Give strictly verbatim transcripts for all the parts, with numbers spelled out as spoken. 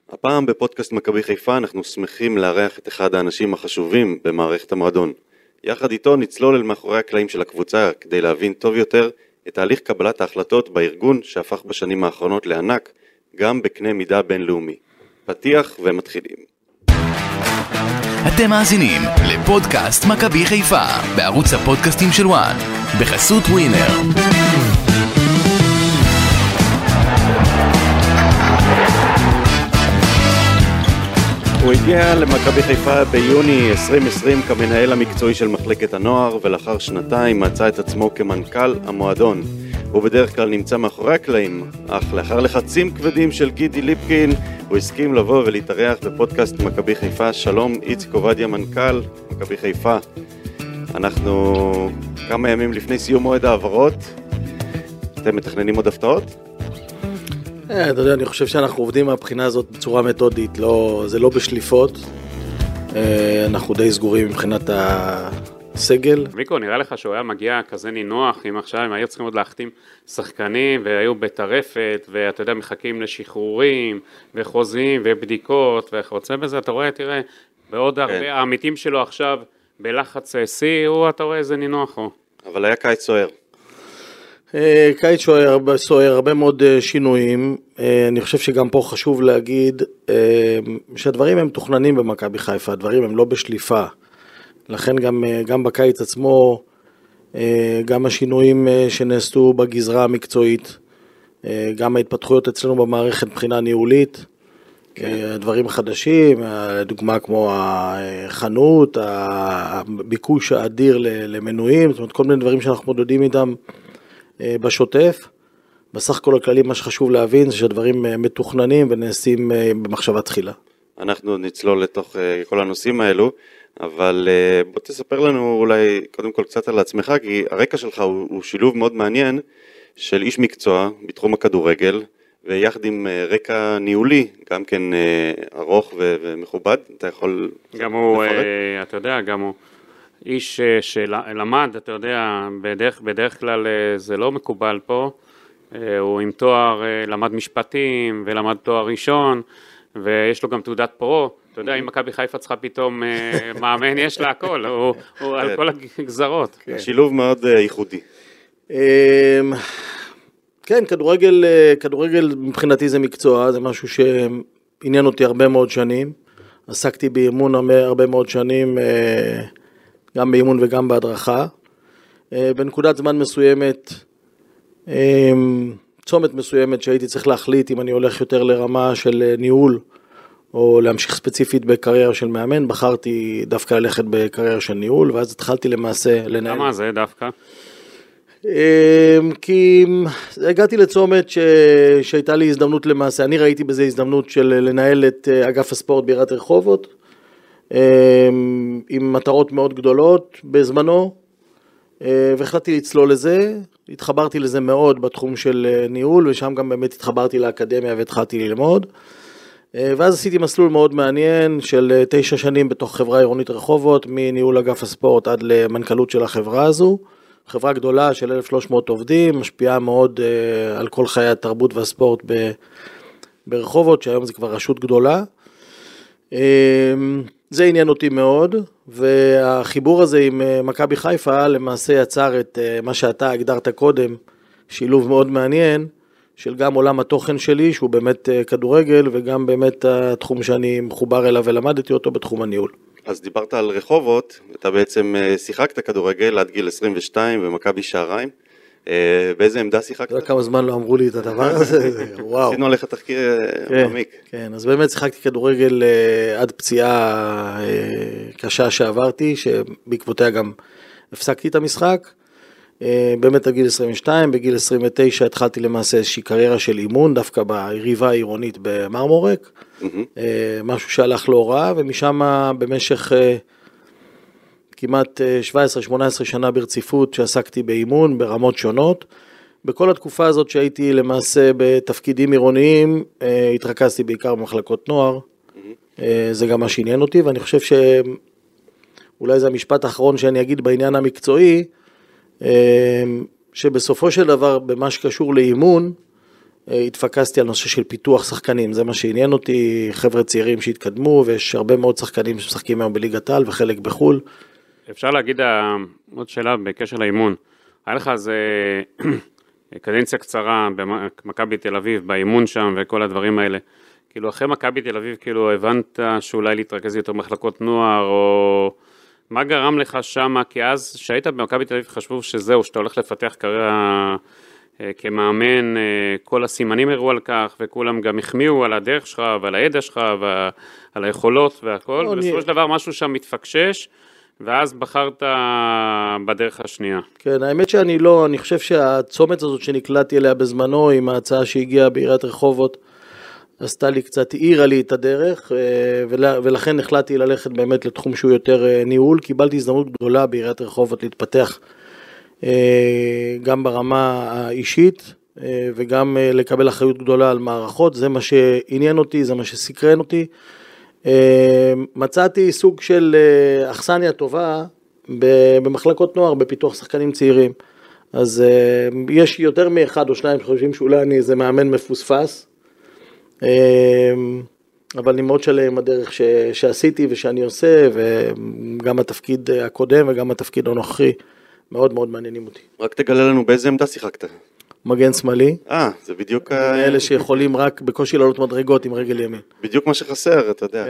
הפעם בפודקאסט מכבי חיפה אנחנו שמחים לארח את אחד האנשים החשובים במערכת המועדון. יחד איתו נצלול אל מאחורי הקלעים של הקבוצה כדי להבין טוב יותר את תהליך קבלת ההחלטות בארגון שהפך בשנים האחרונות לענק גם בקנה מידה בינלאומי. פתיח ומתחילים. אתם מאזינים לפודקאסט מכבי חיפה בערוץ הפודקאסטים של וואן בחסות ווינר. הוא הגיע למכבי חיפה ביוני עשרים עשרים כמנהל המקצועי של מחלקת הנוער, ולאחר שנתיים מצא את עצמו כמנכ"ל המועדון. הוא בדרך כלל נמצא מאחורי הקלעים, אך לאחר לחצים כבדים של גידי ליפקין, הוא הסכים לבוא ולהתארח בפודקאסט מכבי חיפה. שלום איציק עובדיה, מנכ"ל מכבי חיפה. אנחנו כמה ימים לפני סיום מועד העברות. אתם מתכננים עוד הפתעות? אתה יודע, אני חושב שאנחנו עובדים מהבחינה הזאת בצורה מתודית, לא, זה לא בשליפות, אנחנו די סגורים מבחינת הסגל. מיקו, נראה לך שהוא היה מגיע כזה נינוח, אם עכשיו הם היו צריכים עוד להחתים שחקנים, והיו בטרפת, ואתה יודע, מחכים לשחרורים, וחוזים, ובדיקות, וכיוצא בזה, אתה רואה, תראה, בעוד הרבה, העמיתים שלו עכשיו, בלחץ סי, הוא, אתה רואה איזה נינוח הוא. אבל היה קיץ סוער. קיץ סוער, הרבה מאוד שינויים. אני חושב שגם פה חשוב להגיד שהדברים הם תוכננים במכבי חיפה, הדברים הם לא בשליפה. לכן גם, גם בקיץ עצמו, גם השינויים שנעשו בגזרה המקצועית, גם ההתפתחויות אצלנו במערכת מבחינה ניהולית, הדברים החדשים, דוגמה כמו החנות, הביקוש האדיר למנויים, זאת אומרת כל מיני דברים שאנחנו מודדים איתם בשוטף. בסך הכל הכללי מה שחשוב להבין זה שהדברים מתוכננים ונעשים במחשבה תחילה. אנחנו נצלול לתוך כל הנושאים האלו, אבל בוא תספר לנו אולי קודם כל קצת על עצמך, כי הרקע שלך הוא, הוא שילוב מאוד מעניין של איש מקצוע בתחום הכדורגל, ויחד עם רקע ניהולי, גם כן ארוך ומכובד. אתה יכול גם הוא, אתה יודע, גם הוא איש שלמד, אתה יודע, בדרך, בדרך כלל זה לא מקובל פה, הוא עם תואר, למד משפטים ולמד תואר ראשון, ויש לו גם תעודת פרו. אתה יודע, אם מכבי חיפה צריכה פתאום מאמן, יש לה הכל, הוא, הוא על כל הגזרות. שילוב מאוד ייחודי. כן, כדורגל, כדורגל מבחינתי זה מקצוע, זה משהו שעניין אותי הרבה מאוד שנים. עסקתי באימון הרבה מאוד שנים, גם באימון וגם בהדרכה. בנקודת זמן מסוימת, צומת מסוימת שהייתי צריך להחליט אם אני הולך יותר לרמה של ניהול, או להמשיך ספציפית בקריירה של מאמן, בחרתי דווקא ללכת בקריירה של ניהול, ואז התחלתי למעשה לנהל. למה זה דווקא? כי הגעתי לצומת ש... שהייתה לי הזדמנות למעשה, אני ראיתי בזה הזדמנות של לנהל את אגף הספורט בעיריית רחובות, עם מטרות מאוד גדולות בזמנו, והחלטתי לצלול לזה, התחברתי לזה מאוד בתחום של ניהול, ושם גם באמת התחברתי לאקדמיה והתחלתי ללמוד, ואז עשיתי מסלול מאוד מעניין של תשע שנים בתוך חברה עירונית רחובות, מניהול אגף הספורט עד למנכ"לות של החברה הזו, חברה גדולה של אלף ושלוש מאות עובדים, משפיעה מאוד על כל חיי התרבות והספורט ברחובות, שהיום זה כבר רשות גדולה. זה עניין אותי מאוד, והחיבור הזה עם מכבי חיפה למעשה יצר את מה שאתה הגדרת קודם, שילוב מאוד מעניין, של גם עולם התוכן שלי, שהוא באמת כדורגל, וגם באמת התחום שאני מחובר אליו ולמדתי אותו בתחום הניהול. אז דיברת על רחובות, אתה בעצם שיחקת כדורגל עד גיל עשרים ושתיים במכבי שעריים. באיזה עמדה שיחקת? לא כמה זמן לא אמרו לי את הדבר הזה, וואו. עשינו עליך תחקיר מעמיק. כן, אז באמת שיחקתי כדורגל עד פציעה קשה שעברתי, שבעקבותיה גם הפסקתי את המשחק. באמת עד גיל עשרים ושתיים, בגיל עשרים ותשע התחלתי למעשה איזושהי קריירה של אימון, דווקא ביריבה העירונית במרמורק, משהו שהלך לא רע, ומשם במשך כמעט שבע עשרה שמונה עשרה שנה ברציפות שעסקתי באימון ברמות שונות. בכל התקופה הזאת שהייתי למעשה בתפקידים עירוניים, התרכזתי בעיקר במחלקות נוער, זה גם מה שעניין אותי, ואני חושב שאולי זה המשפט האחרון שאני אגיד בעניין המקצועי, שבסופו של דבר במה שקשור לאימון, התפקסתי על נושא של פיתוח שחקנים, זה מה שעניין אותי, חבר'ה צעירים שהתקדמו, ויש הרבה מאוד שחקנים שמשחקים היום בליגת העל וחלק בחול. אפשר להגיד עוד שאלה בקשר לאימון, היה לך איזה קדנציה קצרה במכבי תל אביב, באימון שם וכל הדברים האלה, כאילו אחרי מכבי תל אביב, כאילו הבנת שאולי להתרכז יותר מחלקות נוער, או מה גרם לך שמה, כי אז שהיית במכבי תל אביב חשבו שזהו, שאתה הולך לפתח קריירה כמאמן, כל הסימנים הראו על כך, וכולם גם החמיאו על הדרך שלך, ועל הידע שלך, ועל היכולות והכל, ובסופו של דבר משהו שם מתפקשש, ואז בחרת בדרך השנייה. כן, האמת שאני לא, אני חושב שהצומת הזאת שנקלעתי אליה בזמנו, עם ההצעה שהגיעה בעיריית רחובות, עשתה לי קצת, העירה לי את הדרך, ולכן החלטתי ללכת באמת לתחום שהוא יותר ניהול, קיבלתי הזדמנות גדולה בעיריית רחובות להתפתח, גם ברמה האישית, וגם לקבל אחריות גדולה על מערכות, זה מה שעניין אותי, זה מה שסקרן אותי. מצאתי סוג של אכסניה טובה במחלקות נוער, בפיתוח שחקנים צעירים. אז יש יותר מאחד או שניים שחושבים שאולי אני איזה מאמן מפוספס, אבל אני מאוד שלם עם הדרך ש, שעשיתי ושאני עושה, וגם התפקיד הקודם וגם התפקיד הנוכחי מאוד מאוד מעניינים אותי. רק תגלה לנו באיזה עמדה שיחקת. מגן שמאלי. אה, זה בדיוק... אלה שיכולים רק בקושי לעלות מדרגות עם רגל ימין. בדיוק מה שחסר, אתה יודע.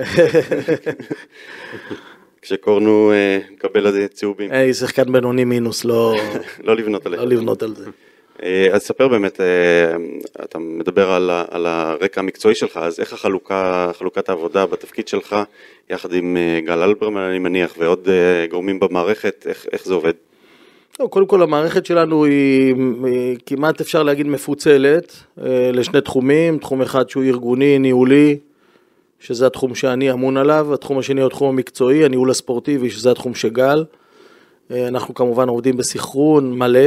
כשקורנו מקבל על זה צהובים. היי, שחקן בינוני מינוס, לא... לא לבנות עליך. לא לבנות על זה. אז ספר באמת, אתה מדבר על, על הרקע המקצועי שלך, אז איך החלוקה, חלוקת העבודה בתפקיד שלך, יחד עם גל אלברמן, אני מניח, ועוד גורמים במערכת, איך, איך זה עובד? קודם כל, המערכת שלנו היא, היא כמעט אפשר להגיד מפוצלת לשני תחומים, תחום אחד שהוא ארגוני, ניהולי, שזה התחום שאני אמון עליו, התחום השני הוא התחום המקצועי, הניהול הספורטיבי, שזה התחום שגל. אנחנו כמובן עובדים בסחרון מלא.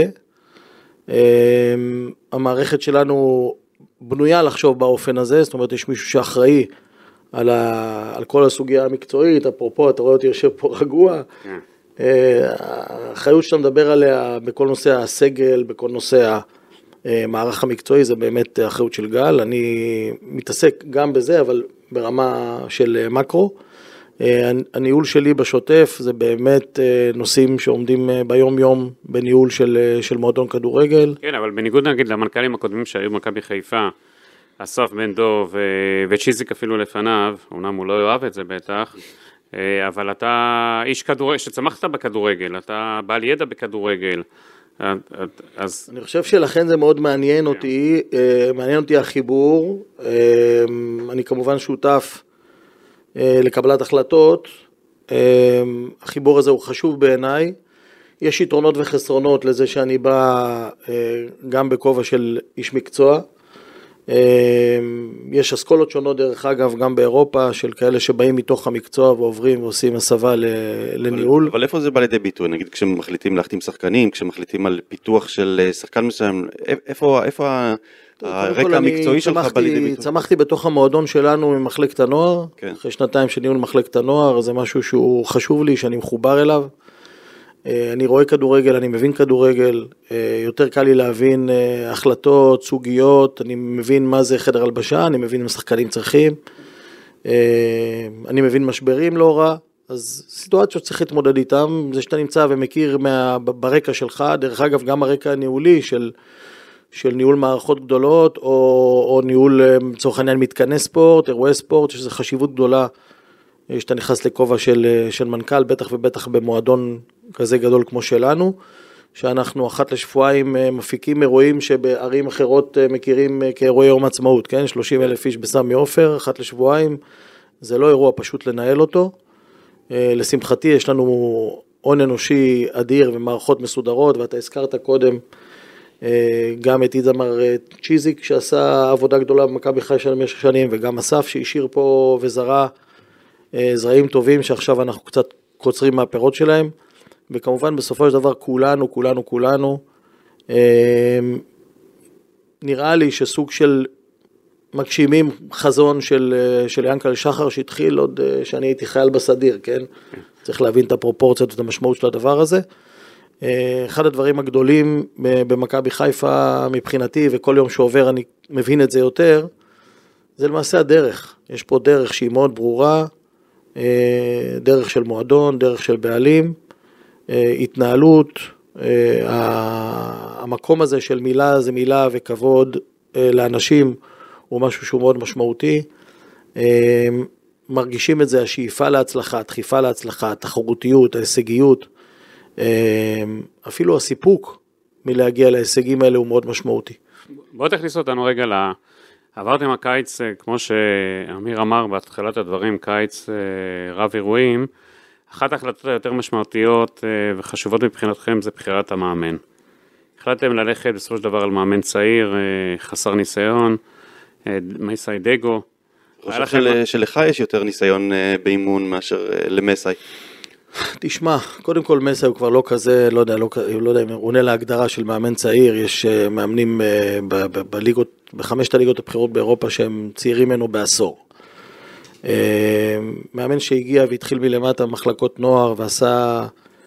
המערכת שלנו בנויה לחשוב באופן הזה, זאת אומרת, יש מישהו שאחראי על, ה, על כל הסוגיה המקצועית, אפרופו, אתה רואה אותי יושב פה רגוע, האחריות שאתה מדבר עליה בכל נושא הסגל, בכל נושא המערך המקצועי, זה באמת האחריות של גל, אני מתעסק גם בזה, אבל ברמה של מקרו. הניהול שלי בשוטף זה באמת נושאים שעומדים ביום יום בניהול של, של מועדון כדורגל. כן, אבל בניגוד נגיד למנכ"לים הקודמים שהיו במכבי חיפה, אסף בן דוב וצ'יזיק אפילו לפניו, אומנם הוא לא אוהב את זה בטח, אבל אתה איש כדורגל, שצמחת בכדורגל, אתה בעל ידע בכדורגל, אז... אני חושב שלכן זה מאוד מעניין אותי, מעניין אותי החיבור, אני כמובן שותף לקבלת החלטות, החיבור הזה הוא חשוב בעיניי, יש יתרונות וחסרונות לזה שאני בא גם בכובע של איש מקצוע, יש אסכולות שונות דרך אגב גם באירופה של כאלה שבאים מתוך המקצוע ועוברים ועושים הסבה לניהול. אבל, אבל איפה זה בא לידי ביטוי? נגיד כשמחליטים להחתים שחקנים, כשמחליטים על פיתוח של שחקן מסוים, איפה, איפה הרקע המקצועי שלך בא לידי ביטוי? צמחתי בתוך המועדון שלנו ממחלקת הנוער, כן. אחרי שנתיים של ניהול מחלקת הנוער, זה משהו שהוא חשוב לי, שאני מחובר אליו. אני רואה כדורגל, אני מבין כדורגל, יותר קל לי להבין החלטות, סוגיות, אני מבין מה זה חדר הלבשה, אני מבין מה שחקנים צריכים, אני מבין משברים לא רע, אז סיטואציות צריך להתמודד איתם, זה שאתה נמצא ומכיר מה, ברקע שלך, דרך אגב גם הרקע הניהולי של, של ניהול מערכות גדולות, או, או ניהול צורך העניין מתקני ספורט, אירועי ספורט, שזה חשיבות גדולה, שאתה נכנס לכובע של, של מנכ"ל, בטח ובטח במועדון כזה גדול כמו שלנו, שאנחנו אחת לשבועיים מפיקים אירועים שבערים אחרות מכירים כאירועי יום עצמאות, כן? שלושים אלף איש בסמי עופר, אחת לשבועיים, זה לא אירוע פשוט לנהל אותו. לשמחתי יש לנו הון אנושי אדיר ומערכות מסודרות, ואתה הזכרת קודם גם את איתמר צ'יזיק שעשה עבודה גדולה במכבי חיפה במשך שנים, וגם אסף שהשאיר פה וזרע זרעים טובים שעכשיו אנחנו קצת קוצרים מהפירות שלהם, וכמובן בסופו של דבר כולנו, כולנו, כולנו, נראה לי שסוג של מגשימים חזון של, של ינקל שחר שהתחיל עוד שאני הייתי חייל בסדיר, כן? צריך להבין את הפרופורציות ואת המשמעות של הדבר הזה. אחד הדברים הגדולים במכבי חיפה מבחינתי, וכל יום שעובר אני מבין את זה יותר, זה למעשה הדרך. יש פה דרך שהיא מאוד ברורה, דרך של מועדון, דרך של בעלים, התנהלות, המקום הזה של מילה זה מילה וכבוד לאנשים הוא משהו שהוא מאוד משמעותי. מרגישים את זה, השאיפה להצלחה, הדחיפה להצלחה, התחרותיות, ההישגיות, אפילו הסיפוק מלהגיע להישגים האלה הוא מאוד משמעותי. בוא תכניס אותנו רגע ל... עברתם הקיץ, כמו שאמיר אמר בהתחלת הדברים, קיץ רב אירועים, אחת ההחלטות היותר משמעותיות וחשובות מבחינתכם זה בחירת המאמן. החלטתם ללכת בסופו של דבר על מאמן צעיר, חסר ניסיון, מייסאי דגו. חושב של, שלך יש יותר ניסיון באימון מאשר למסאי. תשמע, קודם כל מסאי הוא כבר לא כזה, לא יודע, לא, לא יודע, הוא עונה להגדרה של מאמן צעיר, יש מאמנים ב, ב, בליגות, בחמשת הליגות הבחירות באירופה שהם צעירים ממנו בעשור. מאמן שהגיע והתחיל מלמטה מחלקות נוער ועשה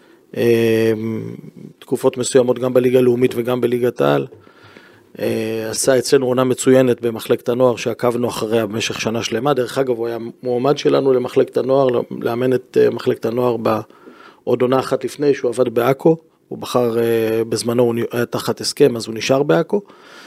תקופות מסוימות גם בליגה הלאומית וגם בליגת העל. עשה אצלנו עונה מצוינת במחלקת הנוער שעקבנו אחריה במשך שנה שלמה. דרך אגב, הוא היה מועמד שלנו למחלקת הנוער, לאמן את מחלקת הנוער בעוד עונה אחת לפני שהוא עבד בעכו. הוא בחר בזמנו, הוא היה תחת הסכם, אז הוא נשאר בעכו.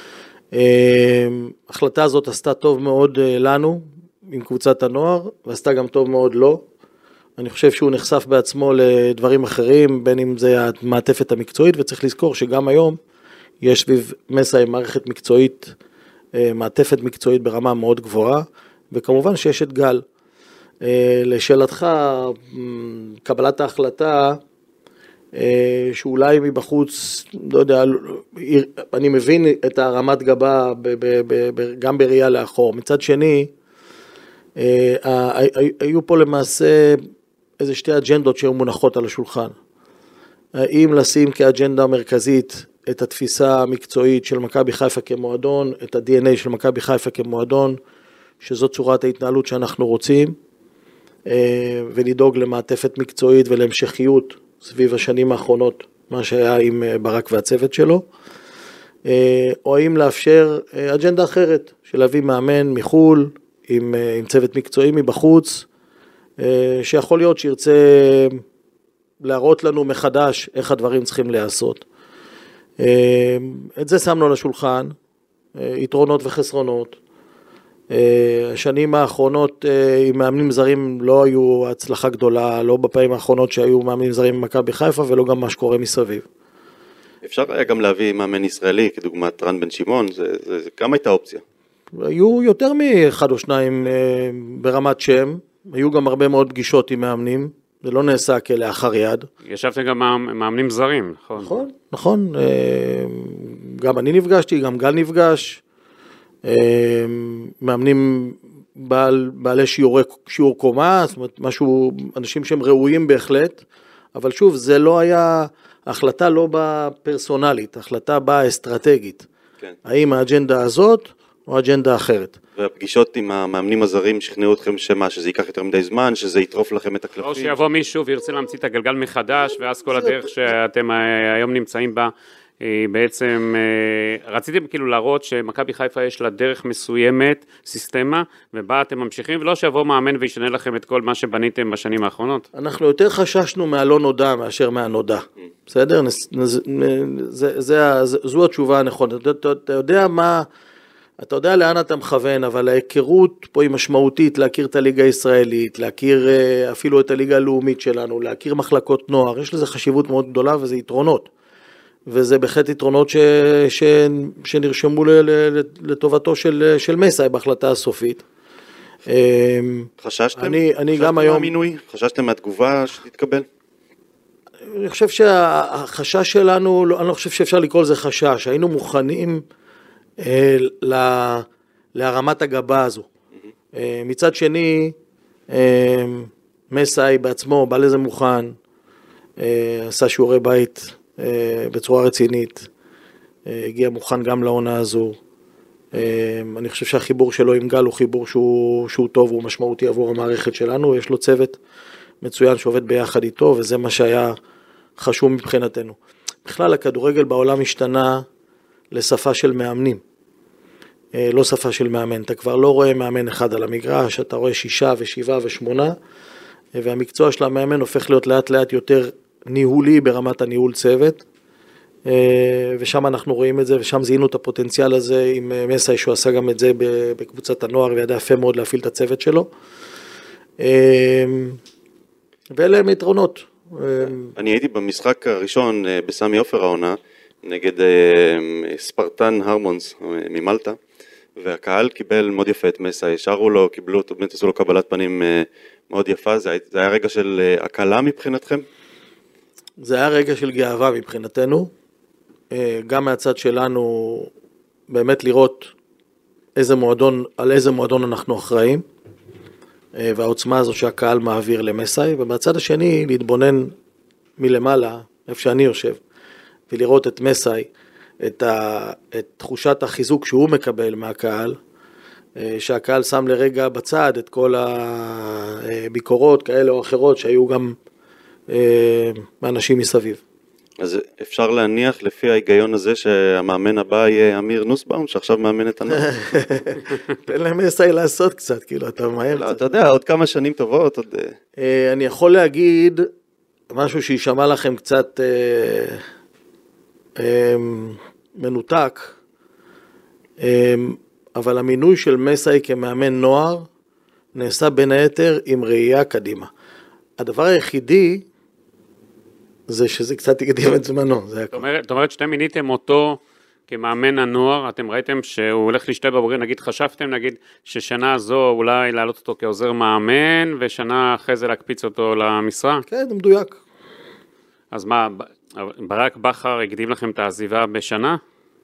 ההחלטה הזאת עשתה טוב מאוד לנו עם קבוצת הנוער, ועשתה גם טוב מאוד לו. אני חושב שהוא נחשף בעצמו לדברים אחרים, בין אם זה המעטפת המקצועית, וצריך לזכור שגם היום יש סביב מסאי מערכת מקצועית, מעטפת מקצועית ברמה מאוד גבוהה, וכמובן שיש את גל. לשאלתך, קבלת ההחלטה, שאולי מבחוץ, לא יודע, אני מבין את הרמת גבה גם בראייה לאחור. מצד שני, היו פה למעשה איזה שתי אג'נדות שהיו מונחות על השולחן. האם לשים כאג'נדה מרכזית את התפיסה המקצועית של מכבי חיפה כמועדון, את ה-די אן איי של מכבי חיפה כמועדון, שזאת צורת ההתנהלות שאנחנו רוצים, ולדאוג למעטפת מקצועית ולהמשכיות סביב השנים האחרונות, מה שהיה עם ברק והצוות שלו, או האם לאפשר אג'נדה אחרת, של להביא מאמן מחול, עם, עם צוות מקצועי מבחוץ, שיכול להיות שירצה להראות לנו מחדש איך הדברים צריכים להיעשות. את זה שמנו על השולחן, יתרונות וחסרונות. השנים האחרונות עם מאמנים זרים לא היו הצלחה גדולה, לא בפעמים האחרונות שהיו מאמנים זרים במכבי חיפה, ולא גם מה שקורה מסביב. אפשר היה גם להביא מאמן ישראלי, כדוגמת רן בן שמעון, זה, זה, זה כמה הייתה אופציה? היו יותר מאחד או שניים ברמת שם, היו גם הרבה מאוד פגישות עם מאמנים, זה לא נעשה כלאחר יד. ישבתם גם מאמנים זרים, נכון? נכון, נכון, גם אני נפגשתי, גם גל נפגש, מאמנים בעל, בעלי שיעורי, שיעור קומה, זאת אומרת, משהו, אנשים שהם ראויים בהחלט, אבל שוב, זה לא היה, ההחלטה לא באה פרסונלית, ההחלטה באה אסטרטגית. כן. האם האג'נדה הזאת או אג'נדה אחרת. והפגישות עם המאמנים הזרים שכנעו אתכם שמה, שזה ייקח יותר מדי זמן, שזה יטרוף לכם את הקלפים. או שיבוא מישהו וירצה להמציא את הגלגל מחדש, ואז כל הדרך שאתם היום נמצאים בה, בעצם רציתם כאילו להראות שמכבי חיפה יש לה דרך מסוימת, סיסטמה, ובה אתם ממשיכים, ולא שיבוא מאמן וישנה לכם את כל מה שבניתם בשנים האחרונות. אנחנו יותר חששנו מהלא נודע מאשר מהנודע. בסדר? זו התשובה הנכונה. אתה יודע מה... אתה יודע לאן אתה מכוון, אבל ההיכרות פה היא משמעותית, להכיר את הליגה הישראלית, להכיר אפילו את הליגה הלאומית שלנו, להכיר מחלקות נוער, יש לזה חשיבות מאוד גדולה וזה יתרונות. וזה בהחלט יתרונות ש, ש, שנרשמו ל, ל, לטובתו של, של מסאי בהחלטה הסופית. חששתם? אני, אני חששתם גם היום... מהמינוי? חששתם מהתגובה שתתקבל? אני חושב שהחשש שלנו, אני לא חושב שאפשר לקרוא לזה חשש, היינו מוכנים... להרמת הגבה הזו. מצד שני, מסאי בעצמו בא לזה מוכן, עשה שיעורי בית בצורה רצינית, הגיע מוכן גם לעונה הזו. אני חושב שהחיבור שלו עם גל הוא חיבור שהוא, שהוא טוב, הוא משמעותי עבור המערכת שלנו, יש לו צוות מצוין שעובד ביחד איתו, וזה מה שהיה חשוב מבחינתנו. בכלל הכדורגל בעולם השתנה לשפה של מאמנים, לא שפה של מאמן. אתה כבר לא רואה מאמן אחד על המגרש, אתה רואה שישה ושבעה ושמונה, והמקצוע של המאמן הופך להיות לאט לאט יותר ניהולי ברמת הניהול צוות, ושם אנחנו רואים את זה, ושם זיהינו את הפוטנציאל הזה עם מסי, שהוא עשה גם את זה בקבוצת הנוער, וידע יפה מאוד להפעיל את הצוות שלו. ואלה הם יתרונות. אני הייתי במשחק הראשון בסמי עופר העונה, נגד ספרטן הרמונס ממלטה, והקהל קיבל מאוד יפה את מסי, שרו לו, קיבלו אותו, באמת עשו לו קבלת פנים מאוד יפה. זה היה רגע של הקלה מבחינתכם? זה היה רגע של גאווה מבחינתנו, גם מהצד שלנו באמת לראות איזה מועדון, על איזה מועדון אנחנו אחראים, והעוצמה הזו שהקהל מעביר למסי, ובצד השני להתבונן מלמעלה, איפה שאני יושב, ולראות את מסי, את, ה, את תחושת החיזוק שהוא מקבל מהקהל, שהקהל שם לרגע בצד את כל הביקורות כאלה או אחרות שהיו גם מאנשים מסביב. אז אפשר להניח לפי ההיגיון הזה שהמאמן הבא יהיה אמיר נוסבאום, שעכשיו מאמן את הנוער. תן להם מסי לעשות קצת, כאילו, אתה ממהר קצת. אתה יודע, עוד כמה שנים טובות, עוד... אני יכול להגיד משהו שישמע לכם קצת מנותק, אבל המינוי של מסי כמאמן נוער נעשה בין היתר עם ראייה קדימה. הדבר היחידי זה שזה קצת יקדים את זמנו. זאת אומרת, זאת אומרת שאתם מיניתם אותו כמאמן הנוער, אתם ראיתם שהוא הולך להשתתף בבוגרים, נגיד חשבתם נגיד ששנה זו אולי להעלות אותו כעוזר מאמן, ושנה אחרי זה להקפיץ אותו למשרה? כן, זה מדויק. אז מה, ברק בכר הקדים לכם את העזיבה בשנה?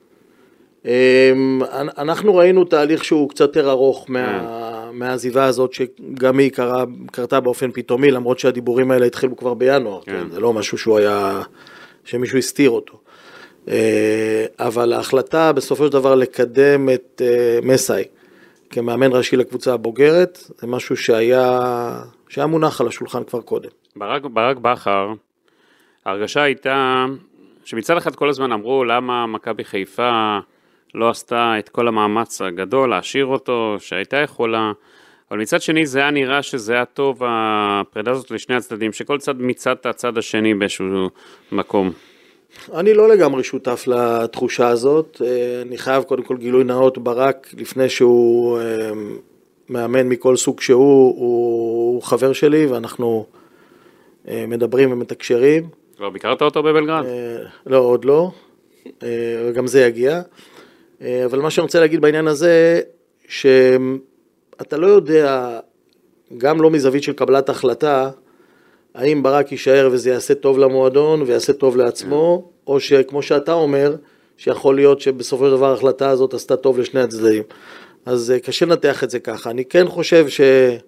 אנחנו ראינו תהליך שהוא קצת יותר ארוך מה, מהעזיבה הזאת, שגם היא קרה, קרתה באופן פתאומי, למרות שהדיבורים האלה התחילו כבר בינואר, כן. כן, זה לא משהו שהוא היה, שמישהו הסתיר אותו. אבל ההחלטה בסופו של דבר לקדם את מסי כמאמן ראשי לקבוצה הבוגרת, זה משהו שהיה, שהיה מונח על השולחן כבר קודם. ברק, ברק בכר, ההרגשה הייתה שמצד אחד כל הזמן אמרו למה מכבי חיפה לא עשתה את כל המאמץ הגדול להשאיר אותו, שהייתה יכולה, אבל מצד שני זה היה נראה שזה היה טוב הפרידה הזאת לשני הצדדים, שכל צד מצד את הצד השני באיזשהו מקום. אני לא לגמרי שותף לתחושה הזאת, אני חייב קודם כל גילוי נאות, ברק לפני שהוא מאמן מכל סוג שהוא, הוא חבר שלי ואנחנו מדברים ומתקשרים. כבר ביקרת אותו בבלגרד? לא, עוד לא, גם זה יגיע, אבל מה שאני רוצה להגיד בעניין הזה, שאתה לא יודע, גם לא מזווית של קבלת החלטה, האם ברק יישאר וזה יעשה טוב למועדון ויעשה טוב לעצמו, או שכמו שאתה אומר, שיכול להיות שבסופו של דבר ההחלטה הזאת עשתה טוב לשני הצדדים. אז קשה לנתח את זה ככה. אני כן חושב ש...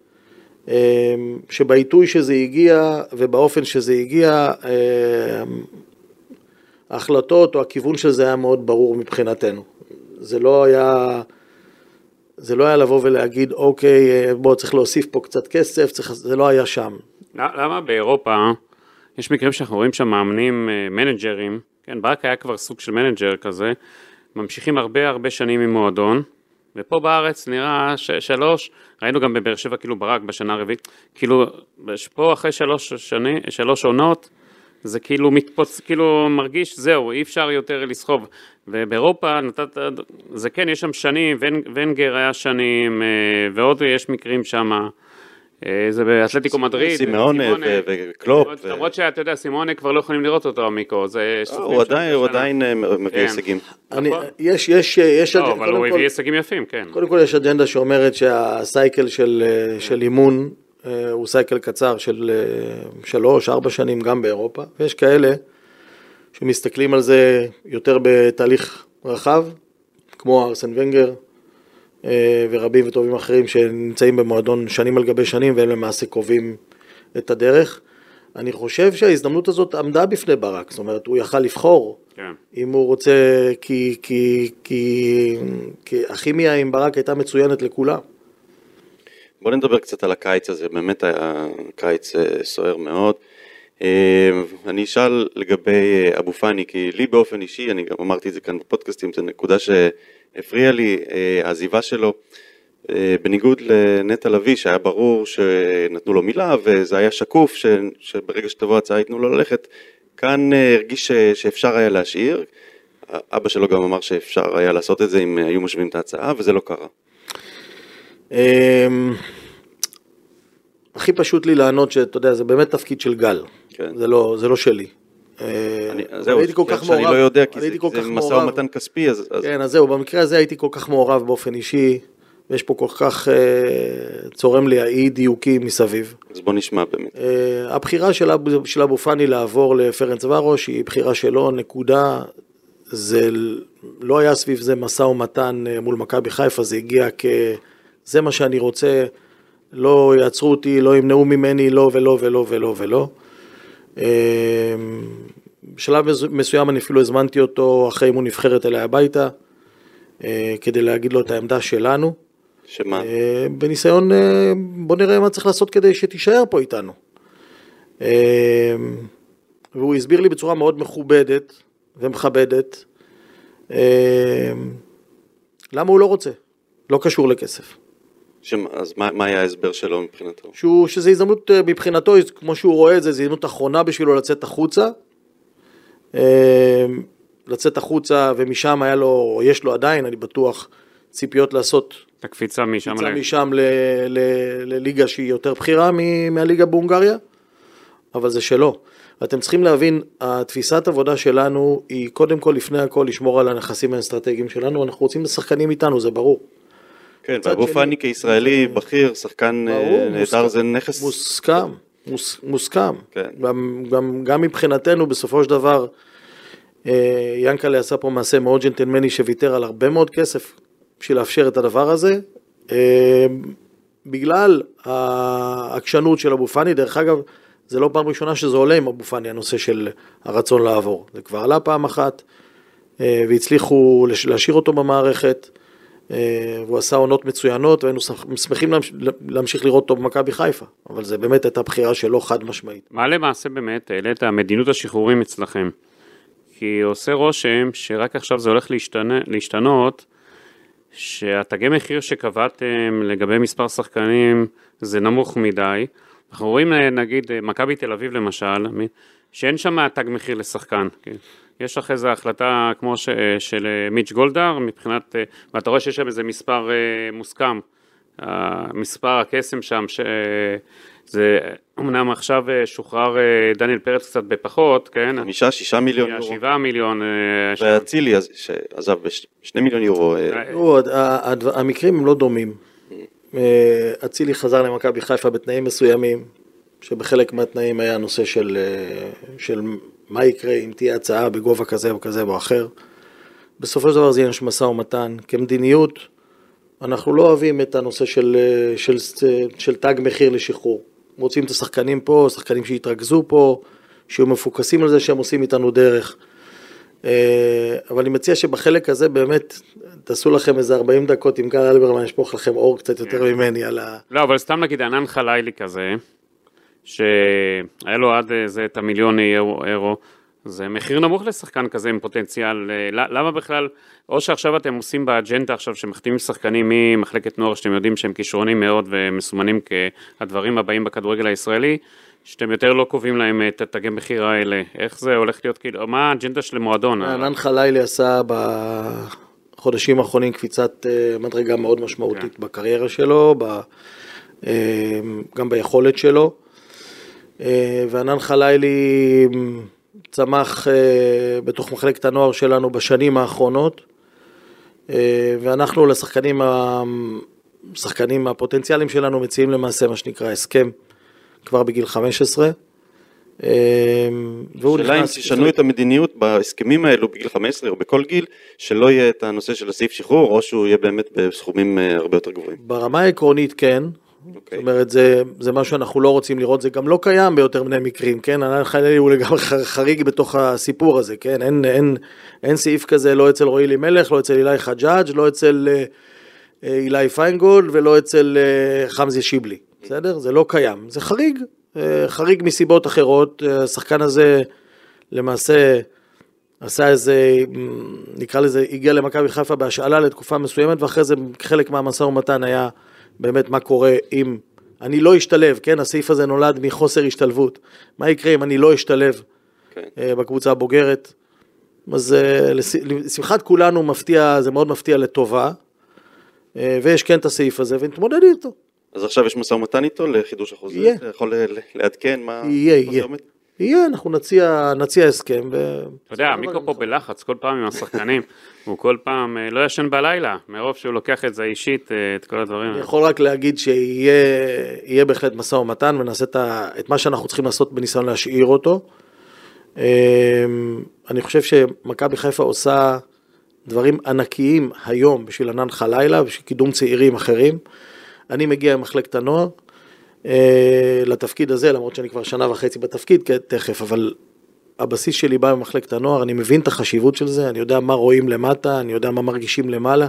שבעיתוי שזה הגיע ובאופן שזה הגיע, ההחלטות או הכיוון של זה היה מאוד ברור מבחינתנו. זה לא היה, זה לא היה לבוא ולהגיד, אוקיי, בוא צריך להוסיף פה קצת כסף, צריך, זה לא היה שם. למה באירופה יש מקרים שאנחנו רואים שם מאמנים מנג'רים, כן, ברק היה כבר סוג של מנג'ר כזה, ממשיכים הרבה הרבה שנים עם מועדון, ופה בארץ נראה ש- שלוש, ראינו גם בבאר שבע כאילו ברק בשנה הרביעית, כאילו פה אחרי שלוש שנים, שלוש עונות, זה כאילו מתפוצ... כאילו מרגיש, זהו, אי אפשר יותר לסחוב, ובאירופה נתת, זה כן, יש שם שנים, ונגר היה שנים, ועוד יש מקרים שם, זה באתלטיקו מדריד, סימונה וקלופ. למרות שאתה יודע, סימונה כבר לא יכולים לראות אותו, עמיקו, הוא עדיין מביא הישגים. יש, יש, יש... לא, אבל הוא הביא הישגים יפים, כן. קודם כל יש אג'נדה שאומרת שהסייקל של אימון, הוא סייקל קצר של שלוש, ארבע שנים גם באירופה, ויש כאלה שמסתכלים על זה יותר בתהליך רחב, כמו ארסן ונגר, ורבים וטובים אחרים שנמצאים במועדון שנים על גבי שנים, והם למעשה קובעים את הדרך. אני חושב שההזדמנות הזאת עמדה בפני ברק, זאת אומרת, הוא יכל לבחור, כן. אם הוא רוצה, כי, כי, כי, כי הכימיה עם ברק הייתה מצוינת לכולם. בוא נדבר קצת על הקיץ הזה, באמת היה קיץ סוער מאוד. אני אשאל לגבי אבו פאני, כי לי באופן אישי, אני גם אמרתי את זה כאן בפודקאסטים, זו נקודה שהפריעה לי, העזיבה שלו, בניגוד לנטע לביא, שהיה ברור שנתנו לו מילה, וזה היה שקוף, שברגע שתבוא הצעה ייתנו לו ללכת, כאן הרגיש שאפשר היה להשאיר, אבא שלו גם אמר שאפשר היה לעשות את זה אם היו משווים את ההצעה, וזה לא קרה. הכי פשוט לי לענות שאתה יודע, זה באמת תפקיד של גל, זה לא שלי. זהו, שאני לא יודע, כי זה משא ומתן כספי. כן, אז זהו, במקרה הזה הייתי כל כך מעורב באופן אישי, ויש פה כל כך צורם לי האי דיוקי מסביב. אז בוא נשמע באמת. הבחירה של אבו פאני לעבור לפרנץ ורוש, היא בחירה שלו, נקודה, זה לא היה סביב זה משא ומתן מול מכבי חיפה, זה הגיע כזה מה שאני רוצה, לא יעצרו אותי, לא ימנעו ממני, לא ולא ולא ולא ולא. בשלב מסוים אני אפילו הזמנתי אותו אחרי אימון נבחרת אליי הביתה, כדי להגיד לו את העמדה שלנו. שמה? בניסיון, בוא נראה מה צריך לעשות כדי שתישאר פה איתנו. והוא הסביר לי בצורה מאוד מכובדת ומכבדת, למה הוא לא רוצה, לא קשור לכסף. שמה, אז מה, מה היה ההסבר שלו מבחינתו? שהוא, שזה הזדמנות מבחינתו, כמו שהוא רואה את זה, זה הזדמנות אחרונה בשבילו לצאת החוצה, לצאת החוצה, ומשם היה לו, יש לו עדיין, אני בטוח, ציפיות לעשות את הקפיצה משם, קפיצה משם ל, ל, לליגה שהיא יותר בחירה מהליגה בהונגריה, אבל זה שלא. אתם צריכים להבין, התפיסת עבודה שלנו היא קודם כל, לפני הכל, לשמור על הנכסים האסטרטגיים שלנו, אנחנו רוצים לשחקנים איתנו, זה ברור. כן, ואבו פאני כישראלי בכיר, שחקן נהדר, זה נכס... מוסכם, מוסכם. גם מבחינתנו, בסופו של דבר, ינקלה עשה פה מעשה מאוד ג'נטלמני, שוויתר על הרבה מאוד כסף, בשביל לאפשר את הדבר הזה, בגלל העקשנות של אבו פאני, דרך אגב, זה לא פעם ראשונה שזה עולה עם אבו פאני, הנושא של הרצון לעבור. זה כבר עלה פעם אחת, והצליחו להשאיר אותו במערכת, והוא עשה עונות מצוינות, והיינו שמחים להמשיך לראות אותו במכבי חיפה, אבל זה באמת הייתה בחירה שלא חד משמעית. מה למעשה באמת העלית המדינות השחרורים אצלכם? כי עושה רושם שרק עכשיו זה הולך להשתנה, להשתנות, שהתגי מחיר שקבעתם לגבי מספר שחקנים זה נמוך מדי. אנחנו רואים נגיד מכבי תל אביב למשל, שאין שם תג מחיר לשחקן, כן? יש לך איזו החלטה כמו ש, של מיץ' גולדהר, מבחינת, ואתה רואה שיש שם איזה מספר מוסכם, מספר הקסם שם, זה אמנם עכשיו שוחרר דניאל פרץ קצת בפחות, כן? חמישה, שישה מיליון יורו. שבעה מיליון. והצילי שעזב בשני מיליון יורו. המקרים הם לא דומים. הצילי חזר למכבי חיפה בתנאים מסוימים, שבחלק מהתנאים היה הנושא של, של מה יקרה אם תהיה הצעה בגובה כזה או כזה או אחר. בסופו של דבר זה יש משא ומתן. כמדיניות, אנחנו לא אוהבים את הנושא של, של, של תג מחיר לשחרור. רוצים את השחקנים פה, שחקנים שיתרכזו פה, שיהיו מפוקסים על זה שהם עושים איתנו דרך. אבל אני מציע שבחלק הזה באמת תעשו לכם איזה ארבעים דקות עם גל אלברמן, ישפוך לכם אור קצת יותר ממני על ה... לא, אבל סתם נגיד ענן חלילי כזה, שהיה לו עד זה את המיליון אירו, זה מחיר נמוך לשחקן כזה עם פוטנציאל, למה בכלל, או שעכשיו אתם עושים באג'נדה עכשיו שמחתימים שחקנים ממחלקת נוער שאתם יודעים שהם כישרונים מאוד ומסומנים כהדברים הבאים בכדורגל הישראלי, שאתם יותר לא קובעים להם את תגי מחיר האלה, איך זה הולך להיות כאילו, מה האג'נדה של מועדון? ענן חלילי עשה בחודשים האחרונים קפיצת מדרגה מאוד משמעותית בקריירה שלו, גם ביכולת שלו, וענן חלילי צמח בתוך מחלקת הנוער שלנו בשנים האחרונות, ואנחנו לשחקנים השחקנים הפוטנציאליים שלנו מציעים למעשה מה שנקרא הסכם כבר בגיל חמש עשרה. שאלה אם תשנו את המדיניות בהסכמים האלו בגיל חמש עשרה או בכל גיל, שלא יהיה את הנושא של הסעיף שחרור, או שהוא יהיה באמת בסכומים הרבה יותר גבוהים. ברמה העקרונית כן, זאת אומרת, זה, זה מה שאנחנו לא רוצים לראות, זה גם לא קיים ביותר בני מקרים, כן? ענן חלילי הוא לגמרי חריג בתוך הסיפור הזה, כן? אין, אין, אין סעיף כזה, לא אצל רועי אלימלך, לא אצל אילי חג'אג', לא אצל אילי פיינגולד, ולא אצל חמזי שיבלי, בסדר? זה לא קיים, זה חריג, חריג מסיבות אחרות, השחקן הזה למעשה עשה איזה, נקרא לזה, הגיע למכבי חיפה בהשאלה לתקופה מסוימת, ואחרי זה חלק מהמשא ומתן היה באמת מה קורה אם אני לא אשתלב, כן, הסעיף הזה נולד מחוסר השתלבות, מה יקרה אם אני לא אשתלב כן. בקבוצה הבוגרת, אז לשמחת כולנו מפתיע, זה מאוד מפתיע לטובה, ויש כן את הסעיף הזה, ונתמודד איתו. אז עכשיו יש משא ומתן איתו לחידוש החוזה? יהיה. אתה יכול לעדכן מה... יהיה, יהיה. יהיה, אנחנו נציע, נציע הסכם. אתה יודע, מיקו פה בלחץ, כל פעם עם השחקנים, הוא כל פעם לא ישן בלילה, מרוב שהוא לוקח את זה אישית, את כל הדברים. אני יכול רק להגיד שיהיה בהחלט משא ומתן, ונעשה את מה שאנחנו צריכים לעשות בניסיון להשאיר אותו. אני חושב שמכבי חיפה עושה דברים ענקיים היום בשביל ענן חלילה, בשביל קידום צעירים אחרים. אני מגיע ממחלקת הנוער, לתפקיד הזה, למרות שאני כבר שנה וחצי בתפקיד, תכף, אבל הבסיס שלי בא במחלקת הנוער, אני מבין את החשיבות של זה, אני יודע מה רואים למטה, אני יודע מה מרגישים למעלה,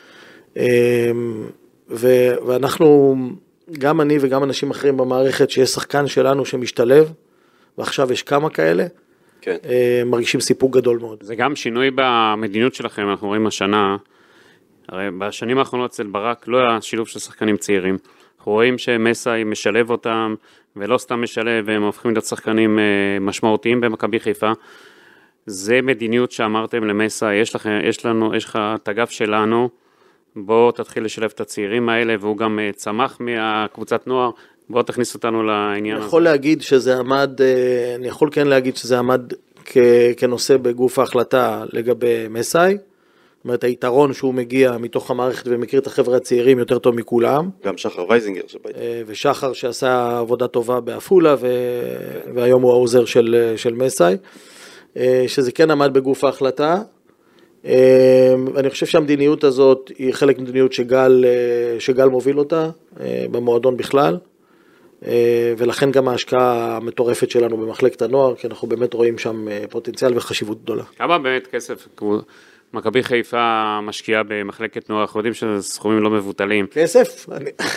ואנחנו, גם אני וגם אנשים אחרים במערכת, שיש שחקן שלנו שמשתלב, ועכשיו יש כמה כאלה, כן. מרגישים סיפוק גדול מאוד. זה גם שינוי במדיניות שלכם, אנחנו רואים השנה, הרי בשנים האחרונות אצל ברק לא היה שילוב של שחקנים צעירים, אנחנו רואים שמסאי משלב אותם, ולא סתם משלב, והם הופכים להיות שחקנים משמעותיים במכבי חיפה. זה מדיניות שאמרתם למסאי, יש לכם, יש לנו, יש לך את הגב שלנו, בוא תתחיל לשלב את הצעירים האלה, והוא גם צמח מהקבוצת נוער, בוא תכניס אותנו לעניין הזה. אני יכול להגיד שזה עמד, אני יכול כן להגיד שזה עמד כנושא בגוף ההחלטה לגבי מסאי, זאת אומרת, היתרון שהוא מגיע מתוך המערכת ומכיר את החבר'ה הצעירים יותר טוב מכולם. גם שחר וייזינגר שבית. ושחר שעשה עבודה טובה באפולה, ו... והיום הוא העוזר של, של מסאי, שזה כן עמד בגוף ההחלטה. אני חושב שהמדיניות הזאת היא חלק מדיניות שגל, שגל מוביל אותה, במועדון בכלל, ולכן גם ההשקעה המטורפת שלנו במחלקת הנוער, כי אנחנו באמת רואים שם פוטנציאל וחשיבות גדולה. כמה באמת כסף מכבי חיפה משקיעה במחלקת נוער, אנחנו יודעים שזה סכומים לא מבוטלים. כסף?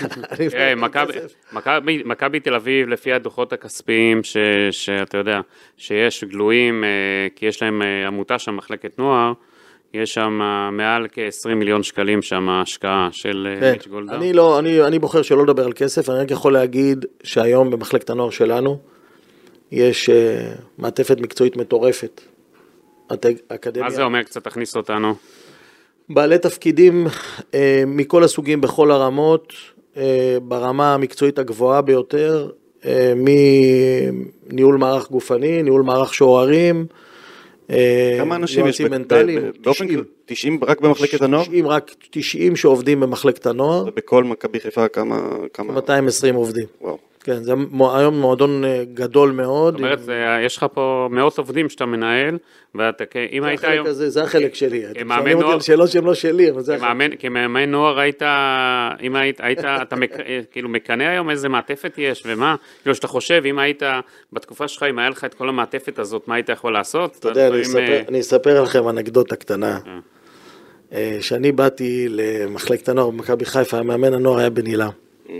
מכבי תל אביב, לפי הדוחות הכספיים, שאתה יודע, שיש גלויים, כי יש להם עמותה שם, מחלקת נוער, יש שם מעל כ-עשרים מיליון שקלים שם ההשקעה של מיץ' גולדהר. אני לא, אני, אני בוחר שלא לדבר על כסף, אני רק יכול להגיד שהיום במחלקת הנוער שלנו, יש מעטפת מקצועית מטורפת. מה זה אומר? קצת תכניס אותנו. בעלי תפקידים אה, מכל הסוגים בכל הרמות, אה, ברמה המקצועית הגבוהה ביותר, אה, מניהול מערך גופני, ניהול מערך שוערים, אה, כמה אנשים יש באופן תשעים רק במחלקת הנוער? תשעים, רק תשעים שעובדים במחלקת הנוער. ובכל מכבי חיפה כמה? מאתיים ועשרים עובדים. וואו. כן, זה היום מועדון גדול מאוד. זאת אומרת, יש לך פה מאות עובדים שאתה מנהל, ואתה, אם היית היום... זה החלק שלי. כמאמן נוער... שאלות שהן לא שלי, אבל זה החלק. כמאמן נוער היית, אם היית, אתה כאילו מקנה היום איזה מעטפת יש, ומה? כאילו שאתה חושב, אם היית בתקופה שלך, אם היה לך את כל המעטפת הזאת, מה היית יכול לעשות? אתה יודע, אני אספר לכם אנקדוטה קטנה. שאני באתי למחלקת הנוער במכבי חיפה, המאמן הנוער היה בן אילם.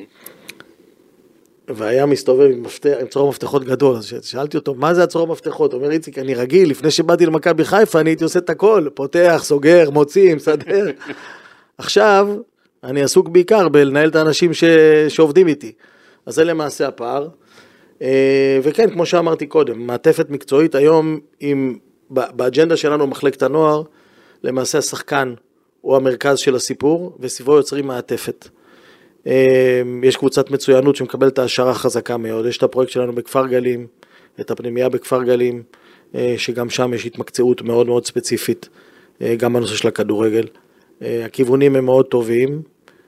והיה מסתובב עם, מפתח, עם צרור מפתחות גדול, אז שאלתי אותו, מה זה הצרור מפתחות? הוא אומר, איציק, אני רגיל, לפני שבאתי למכבי חיפה, אני הייתי עושה את הכל, פותח, סוגר, מוציא, מסדר. עכשיו, אני עסוק בעיקר בלנהל את האנשים ש... שעובדים איתי. אז זה למעשה הפער. וכן, כמו שאמרתי קודם, מעטפת מקצועית, היום, עם, באג'נדה שלנו, מחלקת הנוער, למעשה השחקן הוא המרכז של הסיפור, וסביבו יוצרים מעטפת. יש קבוצת מצוינות שמקבלת העשרה חזקה מאוד, יש את הפרויקט שלנו בכפר גלים, את הפנימייה בכפר גלים, שגם שם יש התמקצעות מאוד מאוד ספציפית, גם בנושא של הכדורגל. הכיוונים הם מאוד טובים,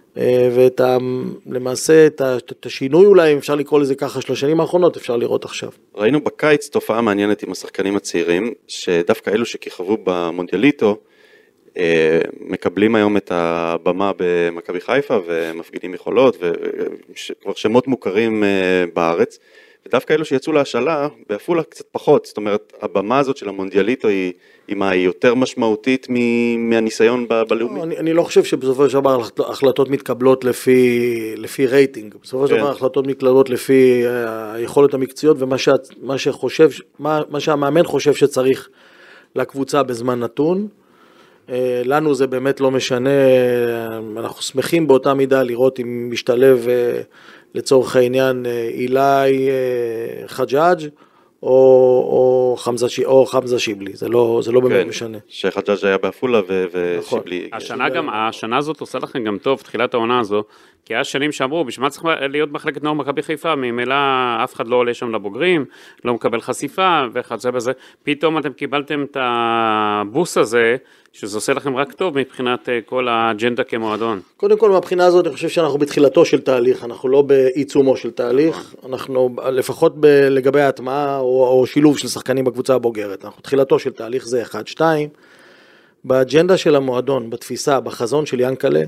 ולמעשה את השינוי אולי, אם אפשר לקרוא לזה ככה, של השנים האחרונות, אפשר לראות עכשיו. ראינו בקיץ תופעה מעניינת עם השחקנים הצעירים, שדווקא אלו שכיכבו במונדיאליטו, מקבלים היום את הבמה במכבי חיפה ומפגינים יכולות וכבר שמות מוכרים בארץ, ודווקא אלו שיצאו להשאלה, בעפולה קצת פחות, זאת אומרת, הבמה הזאת של המונדיאליטו היא, היא מה, היא יותר משמעותית מהניסיון בלאומי? אני, אני לא חושב שבסופו של דבר החלטות מתקבלות לפי, לפי רייטינג, בסופו של דבר החלטות מתקבלות לפי היכולת המקצועיות, ומה שה, מה שחושב, מה, מה שהמאמן חושב שצריך לקבוצה בזמן נתון. לנו זה באמת לא משנה, אנחנו שמחים באותה מידה לראות אם משתלב לצורך העניין אילי חג'אג' או, או, חמזה, או חמזה שיבלי, זה לא, זה לא באמת כן, משנה. שחג'אג' היה בעפולה ו- ושיבלי. השנה, גם, השנה הזאת עושה לכם גם טוב, תחילת העונה הזו, כי היה שנים שאמרו, בשביל מה צריך להיות מחלקת נוער מכבי חיפה, ממילא אף אחד לא עולה שם לבוגרים, לא מקבל חשיפה ואחד זה בזה, פתאום אתם קיבלתם את הבוס הזה, שזה עושה לכם רק טוב מבחינת כל האג'נדה כמועדון. קודם כל, מהבחינה הזאת, אני חושב שאנחנו בתחילתו של תהליך, אנחנו לא בעיצומו של תהליך, אנחנו לפחות ב- לגבי ההטמעה או, או שילוב של שחקנים בקבוצה הבוגרת, אנחנו תחילתו של תהליך זה אחד, שתיים, באג'נדה של המועדון, בתפיסה, בחזון של ינקלה,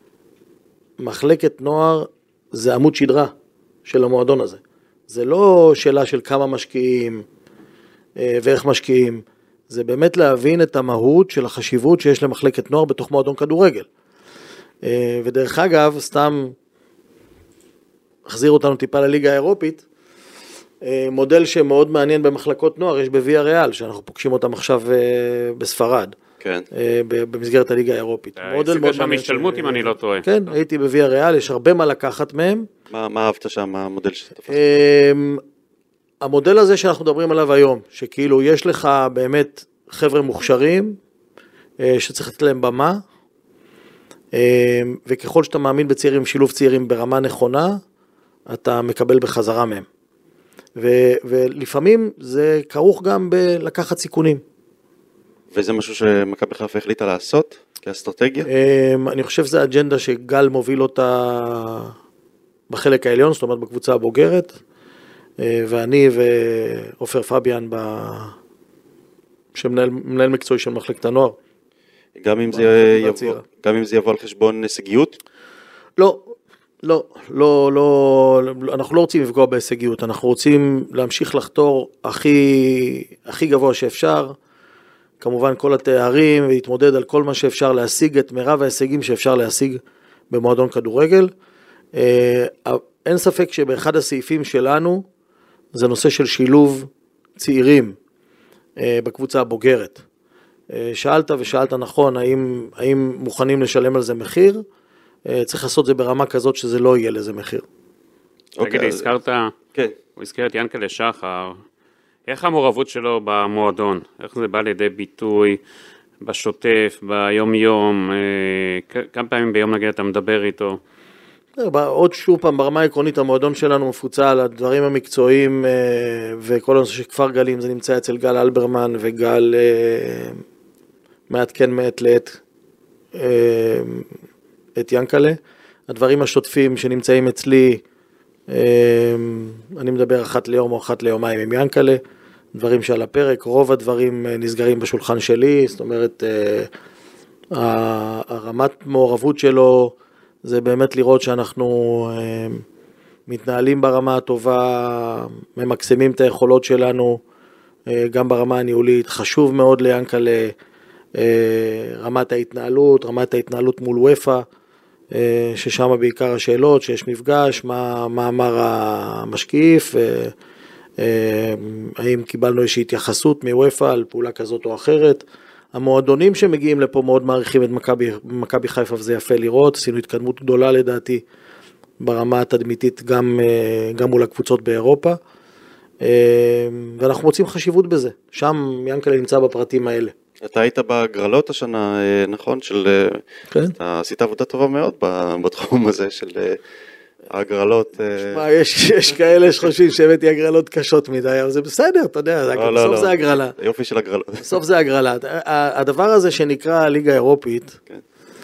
מחלקת נוער זה עמוד שדרה של המועדון הזה. זה לא שאלה של כמה משקיעים ואיך משקיעים, זה באמת להבין את המהות של החשיבות שיש למחלקת נוער בתוך מועדון כדורגל. ודרך אגב, סתם החזיר אותנו טיפה לליגה האירופית, מודל שמאוד מעניין במחלקות נוער, יש בוויה ריאל, שאנחנו פוגשים אותם עכשיו בספרד. כן. במסגרת הליגה האירופית. מודל מאוד מעניין. השתלמות אם אני לא טועה. כן, הייתי בוויה ריאל, יש הרבה מה לקחת מהם. מה, מה אהבת שם, מה המודל שתפסת? המודל הזה שאנחנו מדברים עליו היום, שכאילו יש לך באמת חבר'ה מוכשרים, שצריך לתת להם במה, וככל שאתה מאמין בצעירים, שילוב צעירים ברמה נכונה, אתה מקבל בחזרה מהם. ולפעמים זה כרוך גם בלקחת סיכונים. וזה משהו שמכבי חיפה החליטה לעשות כאסטרטגיה? אני חושב שזה אג'נדה שגל מוביל אותה בחלק העליון, זאת אומרת בקבוצה הבוגרת, ואני ועופר פביאן, שמנהל מקצועי של מחלקת הנוער. גם אם זה יבוא, גם אם זה יבוא על חשבון הישגיות? לא, לא, לא, לא, אנחנו לא רוצים לפגוע בהישגיות, אנחנו רוצים להמשיך לחתור הכי, הכי גבוה שאפשר, כמובן כל התארים, ולהתמודד על כל מה שאפשר להשיג, את מירב ההישגים שאפשר להשיג במועדון כדורגל. אין ספק שבאחד הסעיפים שלנו, זה נושא של שילוב צעירים בקבוצה הבוגרת. שאלת ושאלת נכון, האם, האם מוכנים לשלם על זה מחיר? צריך לעשות זה ברמה כזאת שזה לא יהיה לזה מחיר. תגיד, הזכרת, הוא הזכיר את ינקלה שחר, איך המעורבות שלו במועדון? איך זה בא לידי ביטוי בשוטף, ביום יום? כמה פעמים ביום נגיד אתה מדבר איתו? עוד שוב פעם, ברמה העקרונית המועדון שלנו מפוצה על הדברים המקצועיים וכל הנושא של כפר גלים, זה נמצא אצל גל אלברמן וגל מעדכן מעת לעת את ינקלה. הדברים השוטפים שנמצאים אצלי, אני מדבר אחת ליום או אחת ליומיים עם ינקלה, דברים שעל הפרק, רוב הדברים נסגרים בשולחן שלי, זאת אומרת, הרמת מעורבות שלו, זה באמת לראות שאנחנו מתנהלים ברמה הטובה, ממקסמים את היכולות שלנו, גם ברמה הניהולית, חשוב מאוד ליאנקלה, רמת ההתנהלות, רמת ההתנהלות מול וויפה, ששם בעיקר השאלות, שיש מפגש, מה, מה אמר המשקיף, האם קיבלנו איזושהי התייחסות מוויפה על פעולה כזאת או אחרת. המועדונים שמגיעים לפה מאוד מעריכים את מכבי, מכבי חיפה, וזה יפה לראות, עשינו התקדמות גדולה לדעתי, ברמה התדמיתית גם, גם מול הקבוצות באירופה, ואנחנו מוצאים חשיבות בזה, שם ינקלה נמצא בפרטים האלה. אתה היית בהגרלות השנה, נכון? של... כן. אתה עשית עבודה טובה מאוד בתחום הזה של ההגרלות. שמה, יש, יש כאלה שחושבים שהבאתי הגרלות קשות מדי, אבל זה בסדר, אתה יודע, לא, בסוף לא, זה לא. הגרלה. יופי של הגרלות. בסוף זה הגרלה. הדבר הזה שנקרא הליגה האירופית, כן.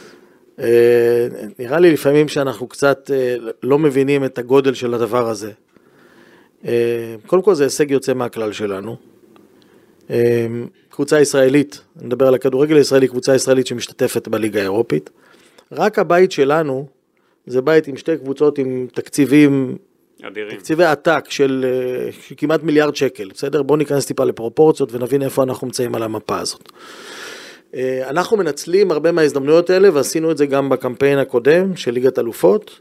נראה לי לפעמים שאנחנו קצת לא מבינים את הגודל של הדבר הזה. קודם כל זה הישג יוצא מהכלל שלנו. קבוצה ישראלית, נדבר על הכדורגל הישראלי, קבוצה ישראלית שמשתתפת בליגה האירופית. רק הבית שלנו, זה בית עם שתי קבוצות עם תקציבים אדירים. תקציבי עתק של, של כמעט מיליארד שקל, בסדר? בואו ניכנס טיפה לפרופורציות ונבין איפה אנחנו מצאים על המפה הזאת. אנחנו מנצלים הרבה מההזדמנויות האלה, ועשינו את זה גם בקמפיין הקודם של ליגת אלופות.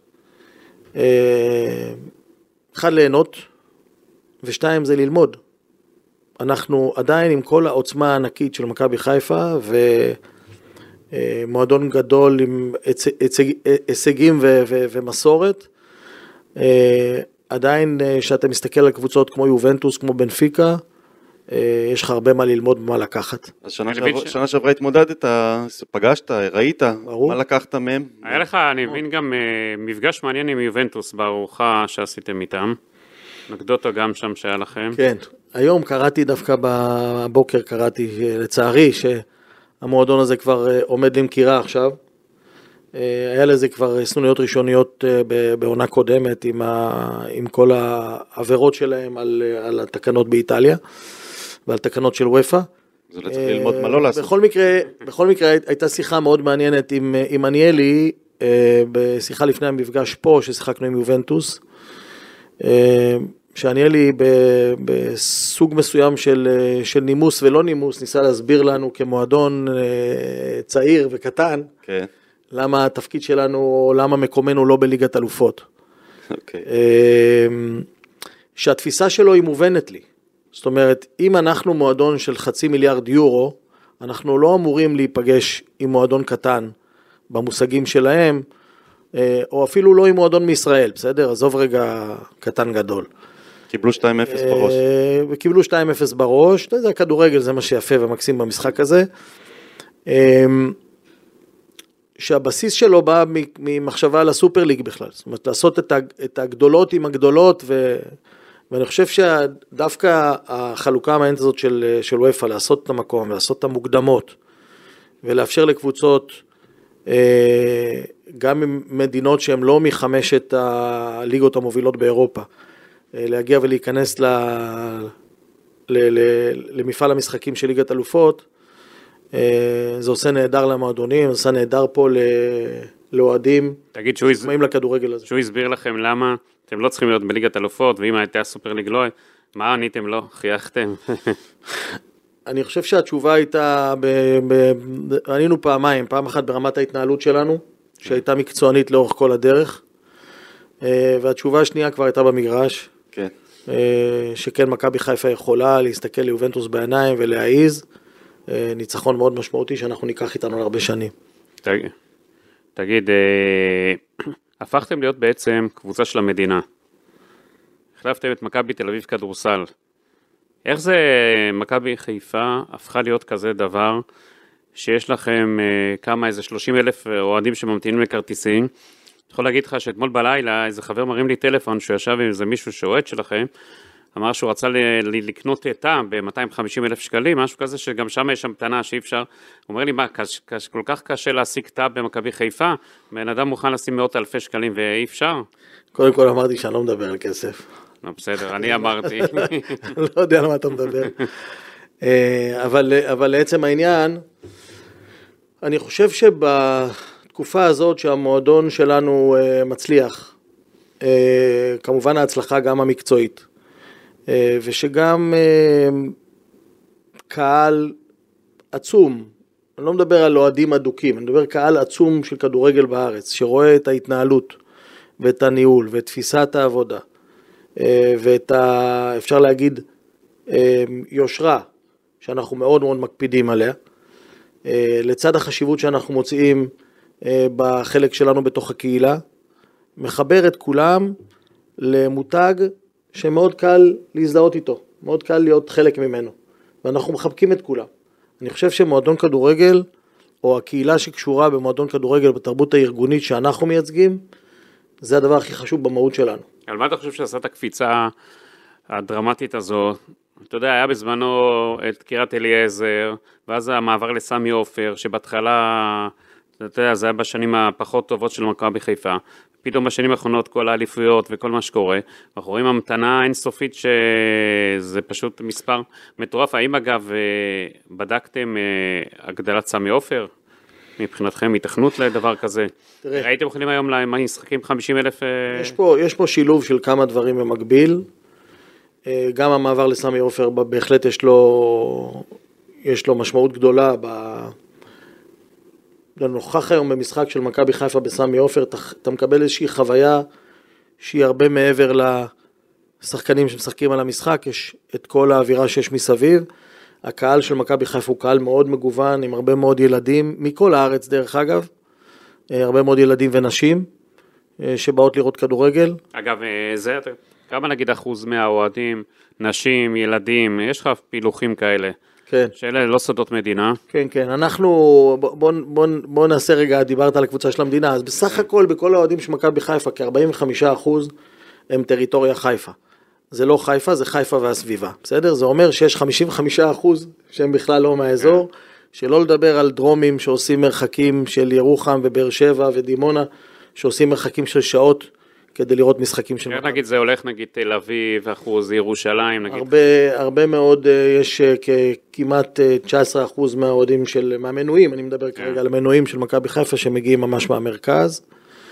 אחד, ליהנות, ושתיים, זה ללמוד. אנחנו עדיין עם כל העוצמה הענקית של מכבי חיפה, ומועדון גדול עם הישגים ומסורת, עדיין שאתה מסתכל על קבוצות כמו יובנטוס, כמו בנפיקה, יש לך הרבה מה ללמוד ומה לקחת. אז שנה שעברה, שנה שעברה התמודדת, פגשת, ראית, ברור. מה לקחת מהם? היה לך, אני מבין גם מפגש מעניין עם יובנטוס בארוחה שעשיתם איתם. נקדוטה גם שם שהיה לכם. כן, היום קראתי דווקא בבוקר, קראתי לצערי שהמועדון הזה כבר עומד למכירה עכשיו. היה לזה כבר סנוניות ראשוניות בעונה קודמת עם, ה, עם כל העבירות שלהם על, על התקנות באיטליה ועל תקנות של וופא. זה לא צריך ללמוד מה לא לעשות. בכל מקרה, בכל מקרה הייתה שיחה מאוד מעניינת עם, עם אניאלי, בשיחה לפני המפגש פה ששיחקנו עם יובנטוס, שאניאלי בסוג מסוים של, של נימוס ולא נימוס, ניסה להסביר לנו כמועדון צעיר וקטן, כן. למה התפקיד שלנו, או למה מקומנו לא בליגת אלופות. אוקיי. שהתפיסה שלו היא מובנת לי. זאת אומרת, אם אנחנו מועדון של חצי מיליארד יורו, אנחנו לא אמורים להיפגש עם מועדון קטן במושגים שלהם, או אפילו לא עם מועדון מישראל, בסדר? עזוב רגע קטן גדול. קיבלו שתיים אפס בראש. וקיבלו שתיים אפס בראש, זה הכדורגל, זה מה שיפה ומקסים במשחק הזה. שהבסיס שלו בא ממחשבה על הסופר ליג בכלל, זאת אומרת, לעשות את הגדולות עם הגדולות, ו... ואני חושב שדווקא החלוקה המעניינת הזאת של, של וופא, לעשות את המקום, לעשות את המוקדמות, ולאפשר לקבוצות, גם עם מדינות שהן לא מחמשת הליגות המובילות באירופה, להגיע ולהיכנס ל... ל... ל... למפעל המשחקים של ליגת אלופות, זה עושה נהדר למועדונים, זה עושה נהדר פה לאוהדים, תגיד שהוא שצמאים לכדורגל הזה. שהוא הסביר לכם למה אתם לא צריכים להיות בליגת אלופות, ואם הייתה סופר ליג לא, מה עניתם לו? חייכתם? אני חושב שהתשובה הייתה, ענינו פעמיים, פעם אחת ברמת ההתנהלות שלנו, שהייתה מקצוענית לאורך כל הדרך, והתשובה השנייה כבר הייתה במגרש, כן. שכן מכבי חיפה יכולה להסתכל ליובנטוס בעיניים ולהעיז, ניצחון מאוד משמעותי שאנחנו ניקח איתנו להרבה שנים. תגיד, תגיד, הפכתם להיות בעצם קבוצה של המדינה. החלפתם את מכבי תל אביב כדורסל. איך זה מכבי חיפה הפכה להיות כזה דבר, שיש לכם כמה, איזה שלושים אלף אוהדים שממתינים לכרטיסים? יכול להגיד לך שאתמול בלילה איזה חבר מרים לי טלפון שהוא ישב עם איזה מישהו שאוהד שלכם, אמר שהוא רצה לקנות תא ב-מאתיים וחמישים אלף שקלים, משהו כזה שגם שם יש המתנה שאי אפשר. הוא אומר לי, מה, כל כך קשה להשיג תא במכבי חיפה? בן אדם מוכן לשים מאות אלפי שקלים ואי אפשר? קודם כל אמרתי שאני לא מדבר על כסף. לא, בסדר, אני אמרתי. לא יודע על מה אתה מדבר. אבל, אבל לעצם העניין, אני חושב שבתקופה הזאת שהמועדון שלנו מצליח, כמובן ההצלחה גם המקצועית, ושגם קהל עצום, אני לא מדבר על אוהדים אדוקים, אני מדבר קהל עצום של כדורגל בארץ, שרואה את ההתנהלות ואת הניהול ואת תפיסת העבודה, ואת ה, אפשר להגיד, יושרה, שאנחנו מאוד מאוד מקפידים עליה, לצד החשיבות שאנחנו מוצאים בחלק שלנו בתוך הקהילה, מחבר את כולם למותג שמאוד קל להזדהות איתו, מאוד קל להיות חלק ממנו, ואנחנו מחבקים את כולם. אני חושב שמועדון כדורגל, או הקהילה שקשורה במועדון כדורגל, בתרבות הארגונית שאנחנו מייצגים, זה הדבר הכי חשוב במהות שלנו. על מה אתה חושב שעשה את הקפיצה הדרמטית הזו? אתה יודע, היה בזמנו את קירת אליעזר, ואז המעבר לסמי עופר, שבהתחלה, אתה יודע, זה היה בשנים הפחות טובות של מכבי חיפה, פתאום בשנים האחרונות כל האליפויות וכל מה שקורה, אנחנו רואים המתנה אינסופית שזה פשוט מספר מטורף. האם אגב בדקתם הגדלת סמי עופר? מבחינתכם התכנות לדבר כזה? תראה. ראיתם יכולים היום למה משחקים חמישים אלף? יש פה, יש פה שילוב של כמה דברים במקביל. גם המעבר לסמי עופר בהחלט יש לו, יש לו משמעות גדולה. ב... לנוכח היום במשחק של מכבי חיפה בסמי עופר, אתה, אתה מקבל איזושהי חוויה שהיא הרבה מעבר לשחקנים שמשחקים על המשחק, יש את כל האווירה שיש מסביב. הקהל של מכבי חיפה הוא קהל מאוד מגוון, עם הרבה מאוד ילדים, מכל הארץ דרך אגב, הרבה מאוד ילדים ונשים שבאות לראות כדורגל. אגב, זה, כמה נגיד אחוז מהאוהדים, נשים, ילדים, יש לך פילוחים כאלה? כן. שאלה לא סודות מדינה. כן, כן, אנחנו, בוא, בוא, בוא נעשה רגע, דיברת על הקבוצה של המדינה, אז בסך הכל, בכל האוהדים של מכבי חיפה, כ-ארבעים וחמישה אחוז הם טריטוריה חיפה. זה לא חיפה, זה חיפה והסביבה, בסדר? זה אומר שיש חמישים וחמישה אחוז שהם בכלל לא מהאזור, שלא לדבר על דרומים שעושים מרחקים של ירוחם ובאר שבע ודימונה, שעושים מרחקים של שעות, כדי לראות משחקים של מכבי. נגיד זה הולך נגיד תל אביב, אחוז ירושלים, נגיד. הרבה, הרבה מאוד, יש כמעט תשעה עשר אחוז מהאוהדים של, מהמנויים, אני מדבר כרגע על המנויים של מכבי חיפה, שמגיעים ממש מהמרכז.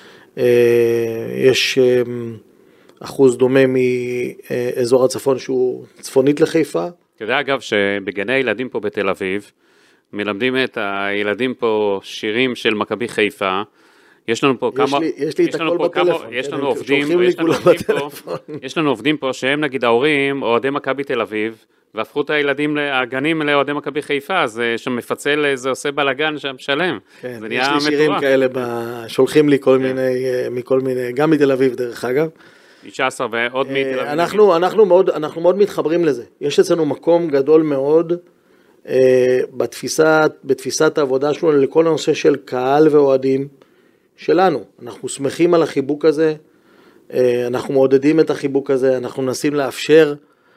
יש אחוז דומה מאזור הצפון שהוא צפונית לחיפה. אתה יודע אגב שבגני הילדים פה בתל אביב, מלמדים את הילדים פה שירים של מכבי חיפה, יש לנו פה כמה, יש לי את הכל בטלפון, יש לנו עובדים, יש לנו עובדים פה שהם נגיד ההורים, אוהדי מכבי תל אביב, והפכו את הילדים, הגנים לאוהדי מכבי חיפה, אז שם מפצל, זה עושה בלגן שם שלם. כן, יש לי שירים כאלה, שולחים לי כל מיני, מכל מיני, גם מתל אביב דרך אגב. תשע עשרה ועוד מתל אביב. אנחנו, אנחנו מאוד, אנחנו מאוד מתחברים לזה. יש אצלנו מקום גדול מאוד, בתפיסת, בתפיסת העבודה שלנו, לכל הנושא של קהל ואוהדים, שלנו. אנחנו שמחים על החיבוק הזה, אנחנו מעודדים את החיבוק הזה, אנחנו מנסים לאפשר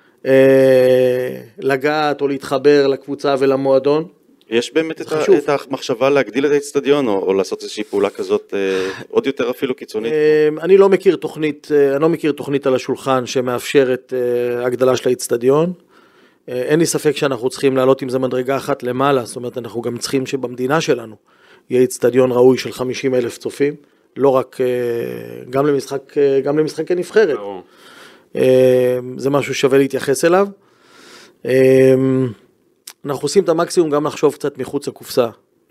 לגעת או להתחבר לקבוצה ולמועדון. יש באמת את, את המחשבה להגדיל את האצטדיון, או, או לעשות איזושהי פעולה כזאת עוד יותר אפילו קיצונית? אני לא מכיר תוכנית, אני לא מכיר תוכנית על השולחן שמאפשרת הגדלה של האצטדיון. אין לי ספק שאנחנו צריכים לעלות עם זה מדרגה אחת למעלה, זאת אומרת אנחנו גם צריכים שבמדינה שלנו יהיה אצטדיון ראוי של חמישים אלף צופים, לא רק, גם למשחק, גם למשחקי נבחרת. זה משהו שווה להתייחס אליו. אנחנו עושים את המקסימום גם לחשוב קצת מחוץ לקופסה.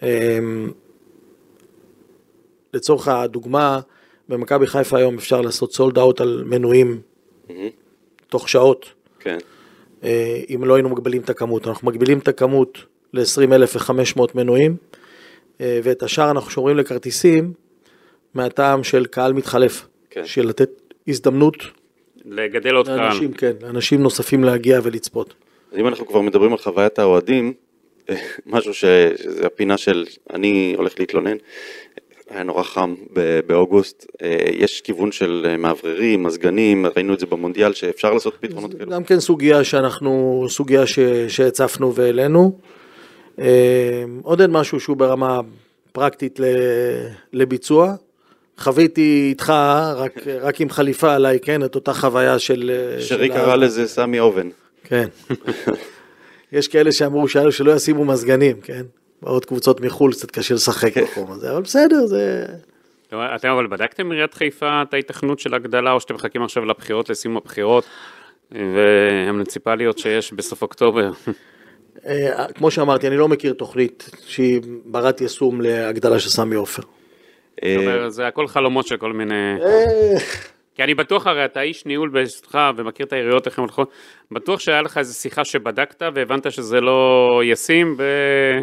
לצורך הדוגמה, במכבי חיפה היום אפשר לעשות סולד אאוט על מנויים תוך שעות. כן. אם לא היינו מגבילים את הכמות. אנחנו מגבילים את הכמות ל-עשרים אלף וחמש מאות מנויים, ואת השאר אנחנו שומרים לכרטיסים מהטעם של קהל מתחלף, כן. של לתת הזדמנות לגדל עוד קהל. כן, לאנשים נוספים להגיע ולצפות. אז אם אנחנו כבר מדברים על חוויית האוהדים, משהו ש... שזה הפינה של אני הולך להתלונן, היה נורא חם באוגוסט, יש כיוון של מעבררים, מזגנים, ראינו את זה במונדיאל שאפשר לעשות פתרונות כאלה. גם כן סוגיה שאנחנו, סוגיה ש... שהצפנו ואלינו, עוד אין משהו שהוא ברמה פרקטית לביצוע, חוויתי איתך רק, רק עם חליפה עליי, כן, את אותה חוויה של... שרי קרא לזה סמי אובן. כן. יש כאלה שאמרו שאלו שלא ישימו מזגנים, כן? עוד קבוצות מחול, קצת קשה לשחק במקום הזה, אבל בסדר, זה... אתם אבל בדקתם עיריית חיפה את ההיתכנות של הגדלה, או שאתם מחכים עכשיו לבחירות, לסיום הבחירות, והמוניציפליות שיש בסוף אוקטובר? כמו שאמרתי, אני לא מכיר תוכנית שהיא ברת יישום להגדלה של סמי עופר. זה הכל חלומות של כל מיני... כי אני בטוח, הרי אתה איש ניהול בסך ומכיר את העיריות איך הם הולכות, בטוח שהיה לך איזו שיחה שבדקת והבנת שזה לא ישים ו...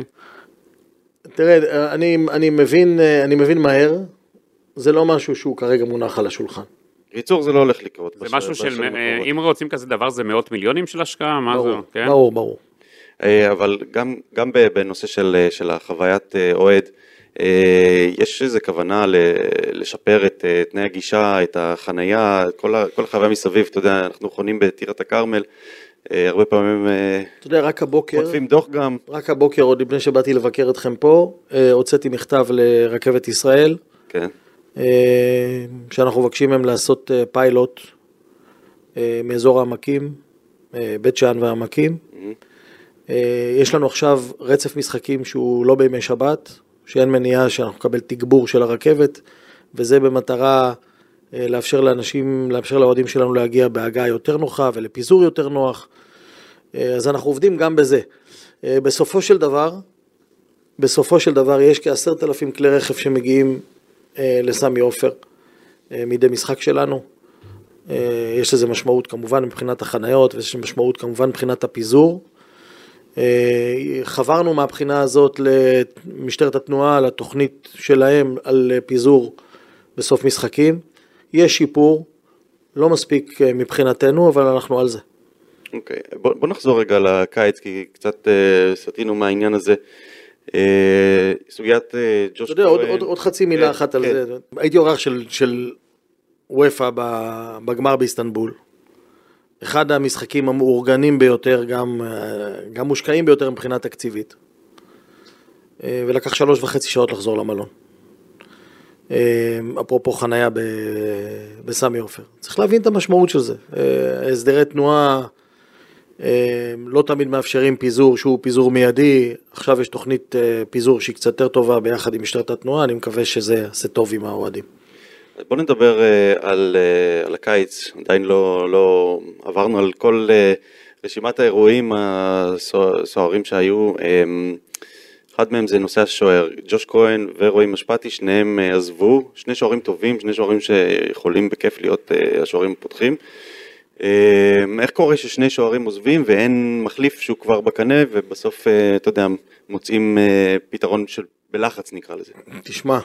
תראה, אני, אני מבין, אני מבין מהר, זה לא משהו שהוא כרגע מונח על השולחן. קיצור, זה לא הולך לקרות. זה משהו של, אם רוצים כזה דבר, זה מאות מיליונים של השקעה, מה זה? כן? ברור, ברור. אבל גם, גם בנושא של, של החוויית אוהד, יש איזו כוונה לשפר את תנאי הגישה, את החנייה, כל, כל החוויה מסביב, אתה יודע, אנחנו חונים בטירת הכרמל, הרבה פעמים אתה יודע, רק הבוקר, חוטפים דוח גם. רק הבוקר, עוד לפני שבאתי לבקר אתכם פה, הוצאתי מכתב לרכבת ישראל, כן. שאנחנו מבקשים מהם לעשות פיילוט מאזור העמקים, בית שאן והעמקים. יש לנו עכשיו רצף משחקים שהוא לא בימי שבת, שאין מניעה שאנחנו נקבל תגבור של הרכבת, וזה במטרה לאפשר לאנשים, לאפשר לאוהדים שלנו להגיע בהגעה יותר נוחה ולפיזור יותר נוח. אז אנחנו עובדים גם בזה. בסופו של דבר, בסופו של דבר יש כעשרת אלפים כלי רכב שמגיעים לסמי עופר מדי משחק שלנו. יש לזה משמעות כמובן מבחינת החניות, ויש לזה משמעות כמובן מבחינת הפיזור. חברנו מהבחינה הזאת למשטרת התנועה, לתוכנית שלהם על פיזור בסוף משחקים. יש שיפור, לא מספיק מבחינתנו, אבל אנחנו על זה. אוקיי, בוא, בוא נחזור רגע לקיץ, כי קצת uh, סתינו מהעניין הזה. Uh, סוגיית uh, ג'וש כהן. אתה יודע, עוד, עוד, עוד חצי מילה אחת על זה. הייתי אורח של, של וופא בגמר באיסטנבול. אחד המשחקים המאורגנים ביותר, גם, גם מושקעים ביותר מבחינה תקציבית. ולקח שלוש וחצי שעות לחזור למלון. אפרופו חנייה בסמי עופר. צריך להבין את המשמעות של זה. הסדרי תנועה לא תמיד מאפשרים פיזור שהוא פיזור מיידי. עכשיו יש תוכנית פיזור שהיא קצת יותר טובה ביחד עם משטרת התנועה. אני מקווה שזה יעשה טוב עם האוהדים. בוא נדבר על, על הקיץ. עדיין לא, לא עברנו על כל רשימת האירועים הסוערים שהיו. אחד מהם זה נושא השוער, ג'וש כהן ורועי משפטי, שניהם עזבו, שני שוערים טובים, שני שוערים שיכולים בכיף להיות השוערים הפותחים. איך קורה ששני שוערים עוזבים ואין מחליף שהוא כבר בקנה, ובסוף, אתה יודע, מוצאים פתרון של בלחץ נקרא לזה? תשמע,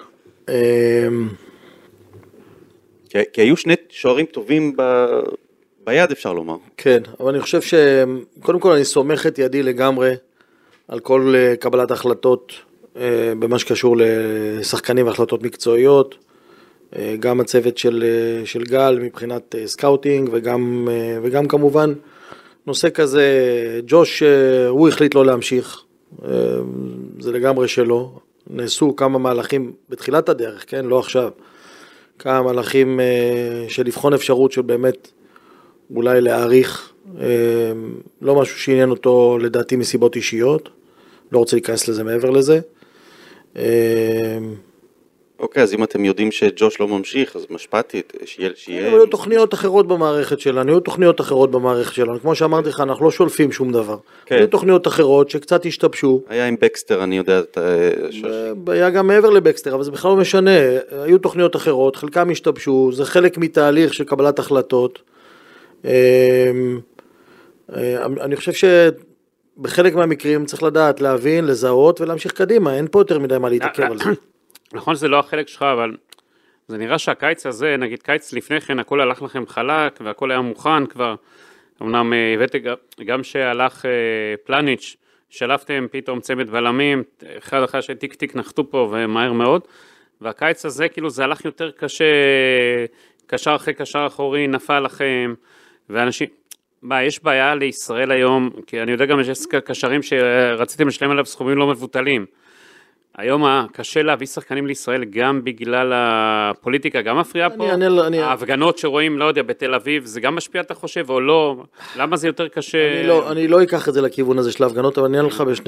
כי, כי היו שני שוערים טובים ב... ביד אפשר לומר. כן, אבל אני חושב שקודם כל אני סומך את ידי לגמרי, על כל קבלת החלטות במה שקשור לשחקנים והחלטות מקצועיות, גם הצוות של, של גל מבחינת סקאוטינג, וגם, וגם כמובן נושא כזה, ג'וש הוא החליט לא להמשיך, זה לגמרי שלו, נעשו כמה מהלכים בתחילת הדרך, כן, לא עכשיו, כמה מהלכים של לבחון אפשרות של באמת אולי להעריך, לא משהו שעניין אותו לדעתי מסיבות אישיות, לא רוצה להיכנס לזה מעבר לזה. אוקיי, אז אם אתם יודעים שג'וש לא ממשיך, אז משפטי, שיהיה... היו תוכניות אחרות במערכת שלנו, היו תוכניות אחרות במערכת שלנו, כמו שאמרתי לך, אנחנו לא שולפים שום דבר. היו תוכניות אחרות שקצת השתבשו. היה עם בקסטר, אני יודע... היה גם מעבר לבקסטר, אבל זה בכלל לא משנה. היו תוכניות אחרות, חלקם השתבשו, זה חלק מתהליך של קבלת החלטות. אני חושב שבחלק מהמקרים צריך לדעת, להבין, לזהות ולהמשיך קדימה, אין פה יותר מדי מה להתעכב על זה. נכון, זה לא החלק שלך, אבל זה נראה שהקיץ הזה, נגיד קיץ לפני כן, הכל הלך לכם חלק והכל היה מוכן כבר, אמנם הבאתי גם שהלך פלניץ', שלפתם פתאום צמד בלמים, אחד אחר שטיק טיק נחתו פה ומהר מאוד, והקיץ הזה כאילו זה הלך יותר קשה, קשר אחרי קשר אחורי, נפל לכם, ואנשים, מה, יש בעיה לישראל היום, כי אני יודע גם יש קשרים שרציתם לשלם עליו סכומים לא מבוטלים, היום קשה להביא שחקנים לישראל גם בגלל הפוליטיקה, גם מפריעה פה, אני, אני, ההפגנות שרואים, לא יודע, בתל אביב, זה גם משפיע אתה חושב או לא, למה זה יותר קשה? אני לא, אני לא אקח את זה לכיוון הזה של ההפגנות, אבל אני אענה לך בשני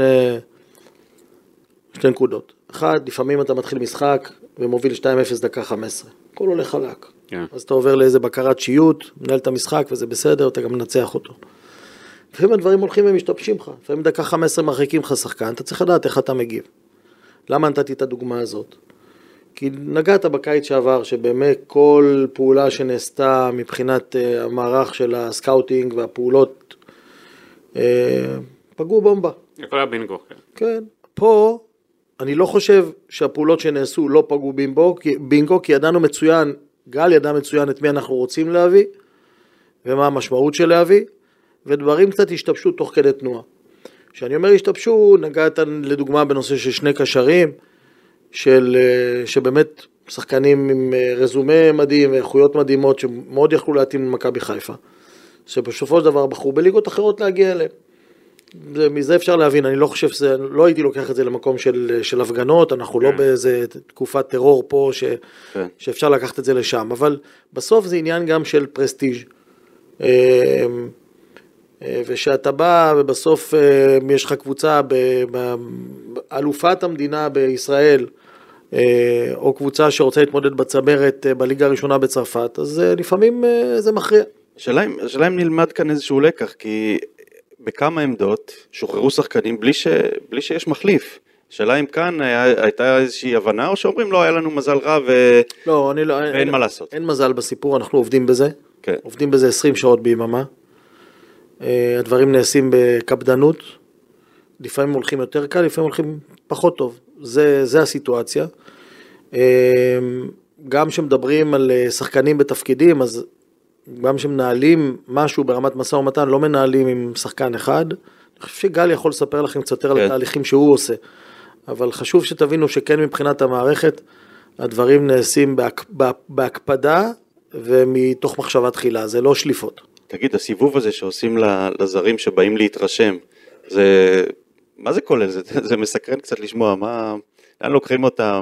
שתי נקודות. אחד, לפעמים אתה מתחיל משחק ומוביל שתיים אפס דקה חמש עשרה, הכל הולך חלק. Yeah. אז אתה עובר לאיזה בקרת שיעות, מנהל את המשחק וזה בסדר, אתה גם מנצח אותו. לפעמים הדברים הולכים ומשתבשים לך, לפעמים דקה חמש עשרה מרחיקים לך שחקן, אתה צריך לדעת איך אתה מגיב. למה נתתי את הדוגמה הזאת? כי נגעת בקיץ שעבר, שבאמת כל פעולה שנעשתה מבחינת uh, המערך של הסקאוטינג והפעולות, uh, פגעו בומבה. הכל היה בינגו. כן. כן. פה, אני לא חושב שהפעולות שנעשו לא פגעו בינגו, כי, בינגו, כי ידענו מצוין, גל ידע מצוין את מי אנחנו רוצים להביא, ומה המשמעות של להביא, ודברים קצת השתבשו תוך כדי תנועה. כשאני אומר השתבשו, נגעת לדוגמה בנושא של שני קשרים, של, שבאמת שחקנים עם רזומה מדהים ואיכויות מדהימות, שמאוד יכלו להתאים למכבי חיפה, שבסופו של דבר בחרו בליגות אחרות להגיע אליהם. מזה אפשר להבין, אני לא חושב שזה, לא הייתי לוקח את זה למקום של, של הפגנות, אנחנו לא באיזה תקופת טרור פה, ש, שאפשר לקחת את זה לשם, אבל בסוף זה עניין גם של פרסטיג'. ושאתה בא ובסוף יש לך קבוצה באלופת המדינה בישראל, או קבוצה שרוצה להתמודד בצמרת בליגה הראשונה בצרפת, אז לפעמים זה מכריע. השאלה אם נלמד כאן איזשהו לקח, כי בכמה עמדות שוחררו שחקנים בלי, ש, בלי שיש מחליף. השאלה אם כאן היה, הייתה איזושהי הבנה, או שאומרים לא, היה לנו מזל רע ו... לא, אני לא, ואין אין, מה לעשות. אין מזל בסיפור, אנחנו עובדים בזה. כן. עובדים בזה עשרים שעות ביממה. הדברים נעשים בקפדנות. לפעמים הולכים יותר קל, לפעמים הולכים פחות טוב. זה, זה הסיטואציה. גם שמדברים על שחקנים בתפקידים, אז גם שמנהלים משהו ברמת מסע ומתן, לא מנהלים עם שחקן אחד. אני חושב שגל יכול לספר לכם קצת יותר על התהליכים שהוא עושה. אבל חשוב שתבינו שכן מבחינת המערכת, הדברים נעשים בהק, בהקפדה ומתוך מחשבה תחילה, זה לא שליפות. תגיד, הסיבוב הזה שעושים לזרים שבאים להתרשם, זה, מה זה כולל? זה, זה מסקרן קצת לשמוע, מה, לאן לוקחים אותם?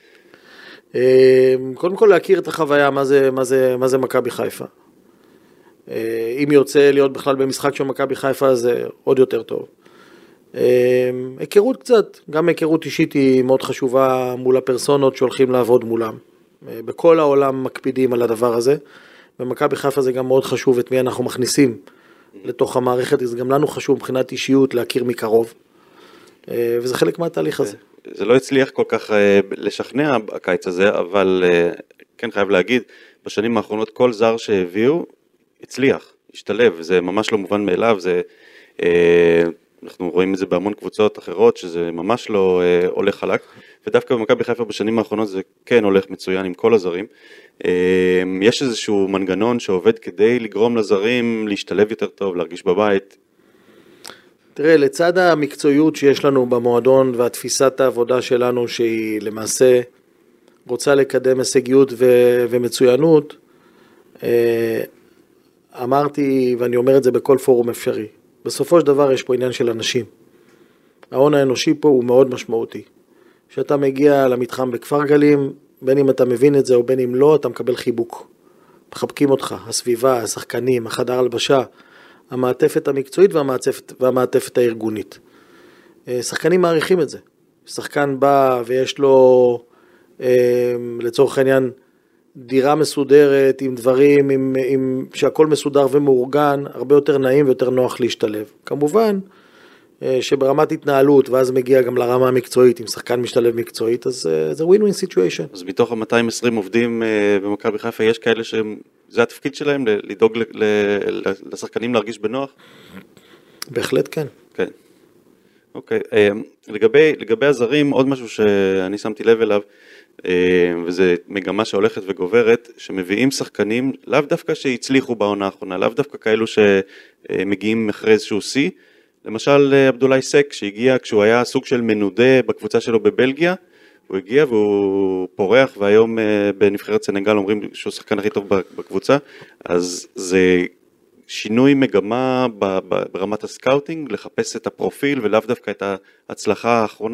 קודם כל להכיר את החוויה, מה זה, מה זה, מה זה מכבי חיפה. אם יוצא להיות בכלל במשחק של מכבי חיפה, זה עוד יותר טוב. היכרות קצת, גם היכרות אישית היא מאוד חשובה מול הפרסונות שהולכים לעבוד מולם. בכל העולם מקפידים על הדבר הזה. במכבי חיפה זה גם מאוד חשוב את מי אנחנו מכניסים לתוך המערכת, אז גם לנו חשוב מבחינת אישיות להכיר מקרוב. וזה חלק מהתהליך הזה. זה לא הצליח כל כך לשכנע הקיץ הזה, אבל כן חייב להגיד, בשנים האחרונות כל זר שהביאו הצליח, השתלב, זה ממש לא מובן מאליו, זה, אנחנו רואים את זה בהמון קבוצות אחרות, שזה ממש לא הולך חלק, ודווקא במכבי חיפה בשנים האחרונות זה כן הולך מצוין עם כל הזרים. יש איזשהו מנגנון שעובד כדי לגרום לזרים להשתלב יותר טוב, להרגיש בבית. תראה, לצד המקצועיות שיש לנו במועדון והתפיסת העבודה שלנו שהיא למעשה רוצה לקדם הישגיות ו- ומצוינות, אמרתי ואני אומר את זה בכל פורום אפשרי, בסופו של דבר יש פה עניין של אנשים. ההון האנושי פה הוא מאוד משמעותי. כשאתה מגיע למתחם בכפר גלים, בין אם אתה מבין את זה או בין אם לא, אתה מקבל חיבוק. מחבקים אותך, הסביבה, השחקנים, החדר הלבשה, המעטפת המקצועית והמעטפת, והמעטפת הארגונית. שחקנים מעריכים את זה. שחקן בא ויש לו, לצורך העניין, דירה מסודרת עם דברים, עם, עם, שהכל מסודר ומאורגן, הרבה יותר נעים ויותר נוח להשתלב. כמובן, שברמת התנהלות, ואז מגיע גם לרמה המקצועית, אם שחקן משתלב מקצועית, אז זה win-win situation. אז מתוך ה-מאתיים ועשרים עובדים במכבי חיפה, יש כאלה שזה התפקיד שלהם, לדאוג לשחקנים להרגיש בנוח? בהחלט כן. כן. אוקיי. לגבי, לגבי הזרים, עוד משהו שאני שמתי לב אליו, וזה מגמה שהולכת וגוברת, שמביאים שחקנים, לאו דווקא שהצליחו בעונה האחרונה, לאו דווקא כאלו שמגיעים אחרי איזשהו סי, למשל עבדולאי סק שהגיע כשהוא היה סוג של מנודה בקבוצה שלו בבלגיה, הוא הגיע והוא פורח והיום בנבחרת סנגל אומרים שהוא שחקן הכי טוב בקבוצה, אז זה שינוי מגמה ברמת הסקאוטינג, לחפש את הפרופיל ולאו דווקא את ההצלחה האחרונה?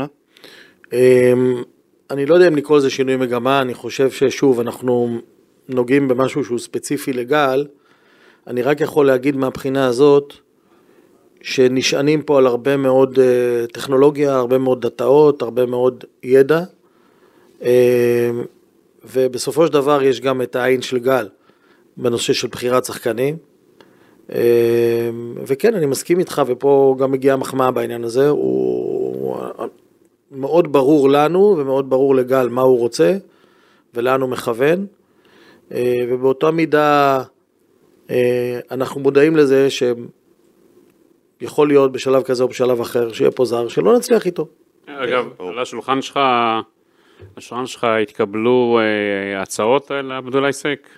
אני לא יודע אם לקרוא לזה שינוי מגמה, אני חושב ששוב אנחנו נוגעים במשהו שהוא ספציפי לגל, אני רק יכול להגיד מהבחינה הזאת, שנשענים פה על הרבה מאוד טכנולוגיה, הרבה מאוד דאטאות, הרבה מאוד ידע, ובסופו של דבר יש גם את העין של גל, בנושא של בחירת שחקנים, וכן, אני מסכים איתך, ופה גם מגיעה מחמאה בעניין הזה, הוא מאוד ברור לנו, ומאוד ברור לגל מה הוא רוצה, ולאן הוא מכוון, ובאותה מידה, אנחנו מודעים לזה שהם, יכול להיות בשלב כזה או בשלב אחר, שיהיה פה זר, שלא נצליח איתו. אגב, על השולחן שלך, השולחן שלך התקבלו הצעות על עבדולאי סק?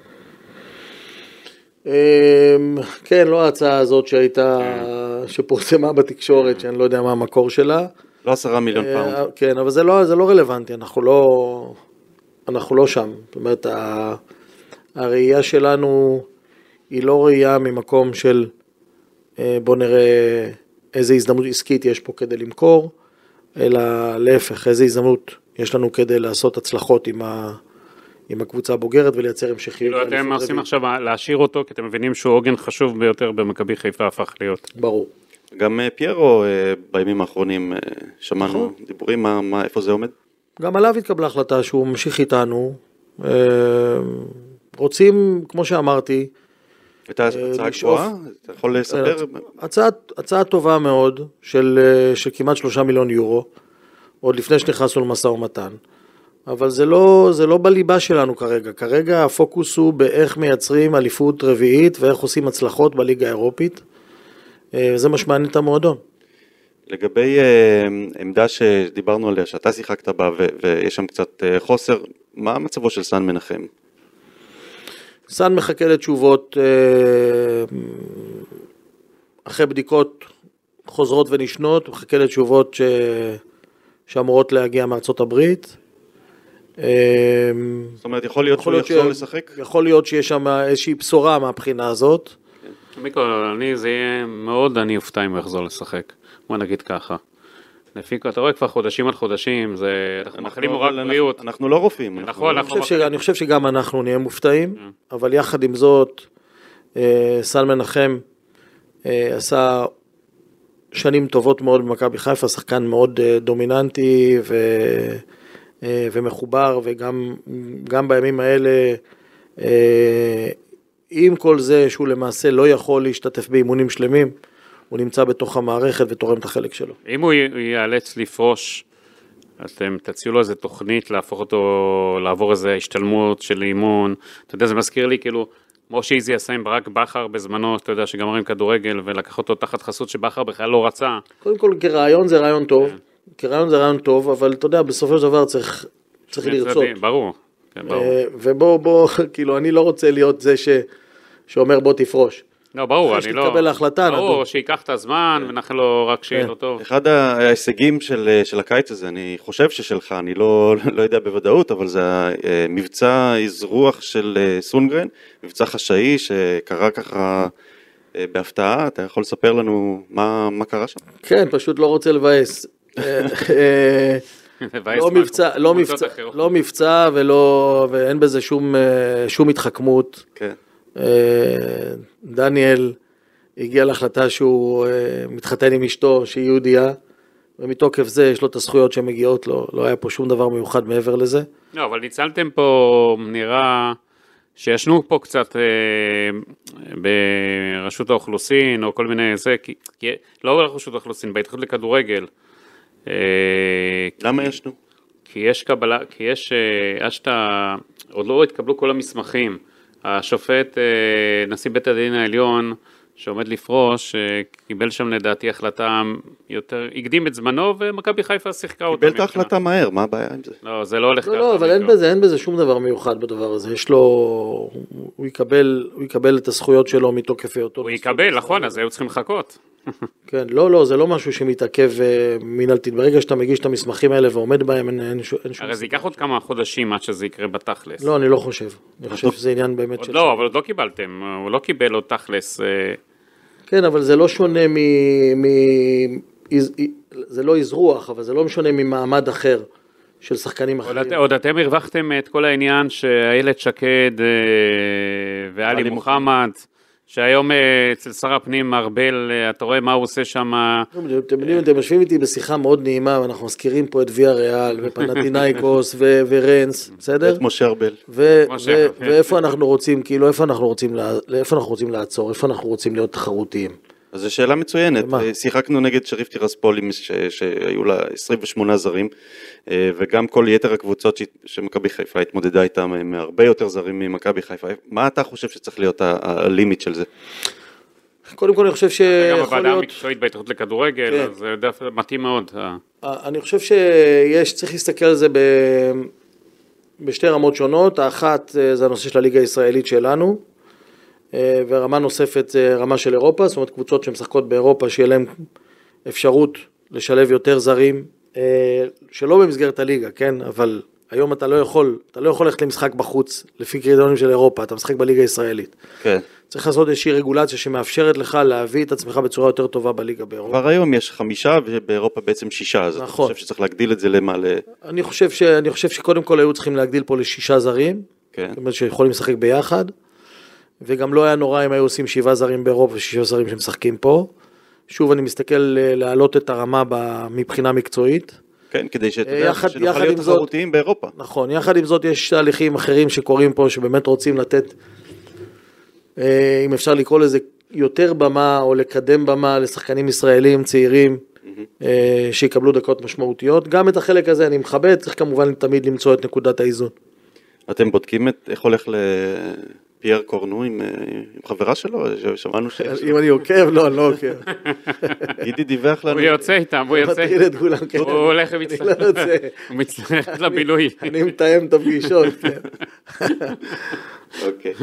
כן, לא ההצעה הזאת שהייתה, שפורסמה בתקשורת, שאני לא יודע מה המקור שלה. לא עשרה מיליון פאונד. כן, אבל זה לא, זה לא רלוונטי, אנחנו לא, אנחנו לא שם. זאת אומרת, הראייה שלנו היא לא ראייה ממקום של, בוא נראה איזה הזדמנות עסקית יש פה כדי למכור, אלא להפך, איזה הזדמנות יש לנו כדי לעשות הצלחות עם, ה, עם הקבוצה הבוגרת ולייצר המשכיות. כאילו אתם עושים עכשיו להשאיר אותו, כי אתם מבינים שהוא עוגן חשוב ביותר במכבי חיפה הפך להיות. ברור. גם פיירו בימים האחרונים שמענו דיבורים, מה, מה, איפה זה עומד? גם עליו התקבלה החלטה שהוא ממשיך איתנו. רוצים, כמו שאמרתי, הייתה הצעה גבוהה? אתה יכול לספר? הצעה, הצעה טובה מאוד של, של כמעט שלושה מיליון יורו, עוד לפני שנכנסנו למשא ומתן. אבל זה לא, זה לא בליבה שלנו כרגע. כרגע הפוקוס הוא באיך מייצרים אליפות רביעית ואיך עושים הצלחות בליגה האירופית. זה מה שמעניין את המועדון. לגבי עמדה שדיברנו עליה, שאתה שיחקת בה ויש שם קצת חוסר, מה המצבו של סן מנחם? סן מחכה לתשובות אחרי בדיקות חוזרות ונשנות, מחכה לתשובות ש... שאמורות להגיע מארצות הברית. זאת אומרת, יכול להיות שהוא יחזור לשחק? יכול להיות שיש שם איזושהי בשורה מהבחינה הזאת. מיקו, אני זה יהיה מאוד, אני אופתע אם הוא יחזור לשחק. בוא נגיד ככה. לפיקו, אתה רואה כבר חודשים על חודשים, זה, אנחנו מאחלים לו רק בריאות. אנחנו לא רופאים. נכון, אני חושב שגם אנחנו נהיה מופתעים, אבל יחד עם זאת, סן מנחם עשה שנים טובות מאוד במכבי חיפה, שחקן מאוד דומיננטי ומחובר, וגם בימים האלה, עם כל זה שהוא למעשה לא יכול להשתתף באימונים שלמים, הוא נמצא בתוך המערכת ותורם את החלק שלו. אם הוא ייאלץ לפרוש, אתם תציעו לו איזה תוכנית להפוך אותו, לעבור איזה השתלמות של אימון. אתה יודע, זה מזכיר לי כאילו, משה איזי עשה עם ברק בכר בזמנו, אתה יודע, שגם מראים כדורגל, ולקח אותו תחת חסות שבכר בכלל לא רצה. קודם כל, כרעיון זה רעיון טוב, כרעיון זה רעיון טוב, אבל אתה יודע, בסופו של דבר צריך, צריך לרצות. ברור. ובוא, בוא, כאילו, אני לא רוצה להיות זה ש, שאומר בוא תפרוש. לא, ברור, אני לא... שתקבל ההחלטה, ברור, שיקח את הזמן, ונאחל לו רק שיהיה לו טוב. אחד ההישגים של, של הקיץ הזה, אני חושב ששלך, אני לא, לא יודע בוודאות, אבל זה מבצע אזרוח של סונגרן, מבצע חשאי שקרה ככה בהפתעה. אתה יכול לספר לנו מה, מה קרה שם? כן, פשוט לא רוצה לבאס. לא מבצע, לא מבצע, לא מבצע ולא, ואין בזה שום, שום התחכמות. כן. דניאל הגיע להחלטה שהוא מתחתן עם אשתו שהיא יהודייה, ומתוקף זה יש לו את הזכויות שמגיעות לו, לא היה פה שום דבר מיוחד מעבר לזה. לא, אבל ניצלתם פה, נראה שישנו פה קצת אה, ברשות האוכלוסין או כל מיני זה, כי, כי, לא ברשות האוכלוסין, בהתאחדות לכדורגל. אה, למה ישנו? כי יש קבלה, כי יש, אה, שאתה, עוד לא התקבלו כל המסמכים. השופט, נשיא בית הדין העליון, שעומד לפרוש, קיבל שם לדעתי החלטה יותר, הקדים את זמנו, ומכבי חיפה שיחקה אותה. קיבל את ההחלטה מהר, מה הבעיה עם זה? לא, זה לא הולך ככה. לא, לא, אבל אין בזה, אין בזה שום דבר מיוחד בדבר הזה. יש לו, הוא יקבל, הוא יקבל את הזכויות שלו מתוקף היותו. הוא יקבל, נכון, אז היו צריכים לחכות. כן, לא, לא, זה לא משהו שמתעכב מנהלתית. ברגע שאתה מגיש את המסמכים האלה ועומד בהם, אין, אין שום... הרי זה ייקח עוד כמה חודשים עד שזה יקרה בתכלס. לא, אני לא חושב. אני חושב שזה עניין באמת של... לא, אבל עוד לא קיבלתם. הוא לא קיבל עוד תכלס. כן, אבל זה לא שונה מ... זה לא אזרוח, אבל זה לא משונה ממעמד אחר של שחקנים אחרים. עוד אתם הרווחתם את כל העניין שאיילת שקד ואלי מוחמד, שהיום אצל שר הפנים ארבל, אתה רואה מה הוא עושה שם. אתם יודעים, אתם משווים איתי בשיחה מאוד נעימה, ואנחנו מזכירים פה את ויה ריאל, ופנתינייקוס, וברנס, בסדר? את משה ארבל. ואיפה אנחנו רוצים, כאילו, איפה אנחנו רוצים לעצור, איפה אנחנו רוצים להיות תחרותיים. אז זו שאלה מצוינת. שיחקנו נגד שריף טירספול, שהיו לה עשרים ושמונה זרים, וגם כל יתר הקבוצות שמכבי חיפה התמודדה איתם, הם הרבה יותר זרים ממכבי חיפה. מה אתה חושב שצריך להיות הלימיט של זה? קודם כל אני חושב שיכול להיות... גם הוועדה המקצועית בהתאחדות לכדורגל, זה מתאים מאוד. אני חושב שיש, צריך להסתכל על זה בשתי רמות שונות. האחת זה הנושא של הליגה הישראלית שלנו, ורמה נוספת זה רמה של אירופה, זאת אומרת קבוצות שמשחקות באירופה שיהיה להם אפשרות לשלב יותר זרים, שלא במסגרת הליגה, כן? אבל היום אתה לא יכול, אתה לא יכול ללכת למשחק בחוץ, לפי קריטריונים של אירופה, אתה משחק בליגה הישראלית. כן. צריך לעשות איזושהי רגולציה שמאפשרת לך להביא את עצמך בצורה יותר טובה בליגה באירופה. כבר היום יש חמישה ובאירופה בעצם שישה, אז נכון. אתה חושב שצריך להגדיל את זה למה ל... אני חושב ש... אני חושב שקודם כל היו צריכים להגדיל פה לשישה זרים, כן. זאת אומרת שיכולים לשחק ביחד, וגם לא היה נורא אם היו עושים שבעה זרים באירופה ושישה זרים שמשחקים פה. שוב, אני מסתכל להעלות את הרמה מבחינה מקצועית. כן, כדי שת, יחד, שנוכל יחד להיות עם זאת, תחרותיים באירופה. נכון, יחד עם זאת יש תהליכים אחרים שקורים פה, שבאמת רוצים לתת, אם אפשר לקרוא לזה יותר במה, או לקדם במה לשחקנים ישראלים, צעירים, mm-hmm. שיקבלו דקות משמעותיות. גם את החלק הזה אני מכבד, צריך כמובן תמיד למצוא את נקודת האיזון. אתם בודקים את, איך הולך לפייר קורנו עם, עם חברה שלו? שמענו ש... אם אני עוקב, לא, אני לא עוקב. גידי דיווח לנו. הוא יוצא איתם, הוא יוצא. הוא הולך ומצטרף לבילוי. אני מתאם את הפגישות, כן. אוקיי.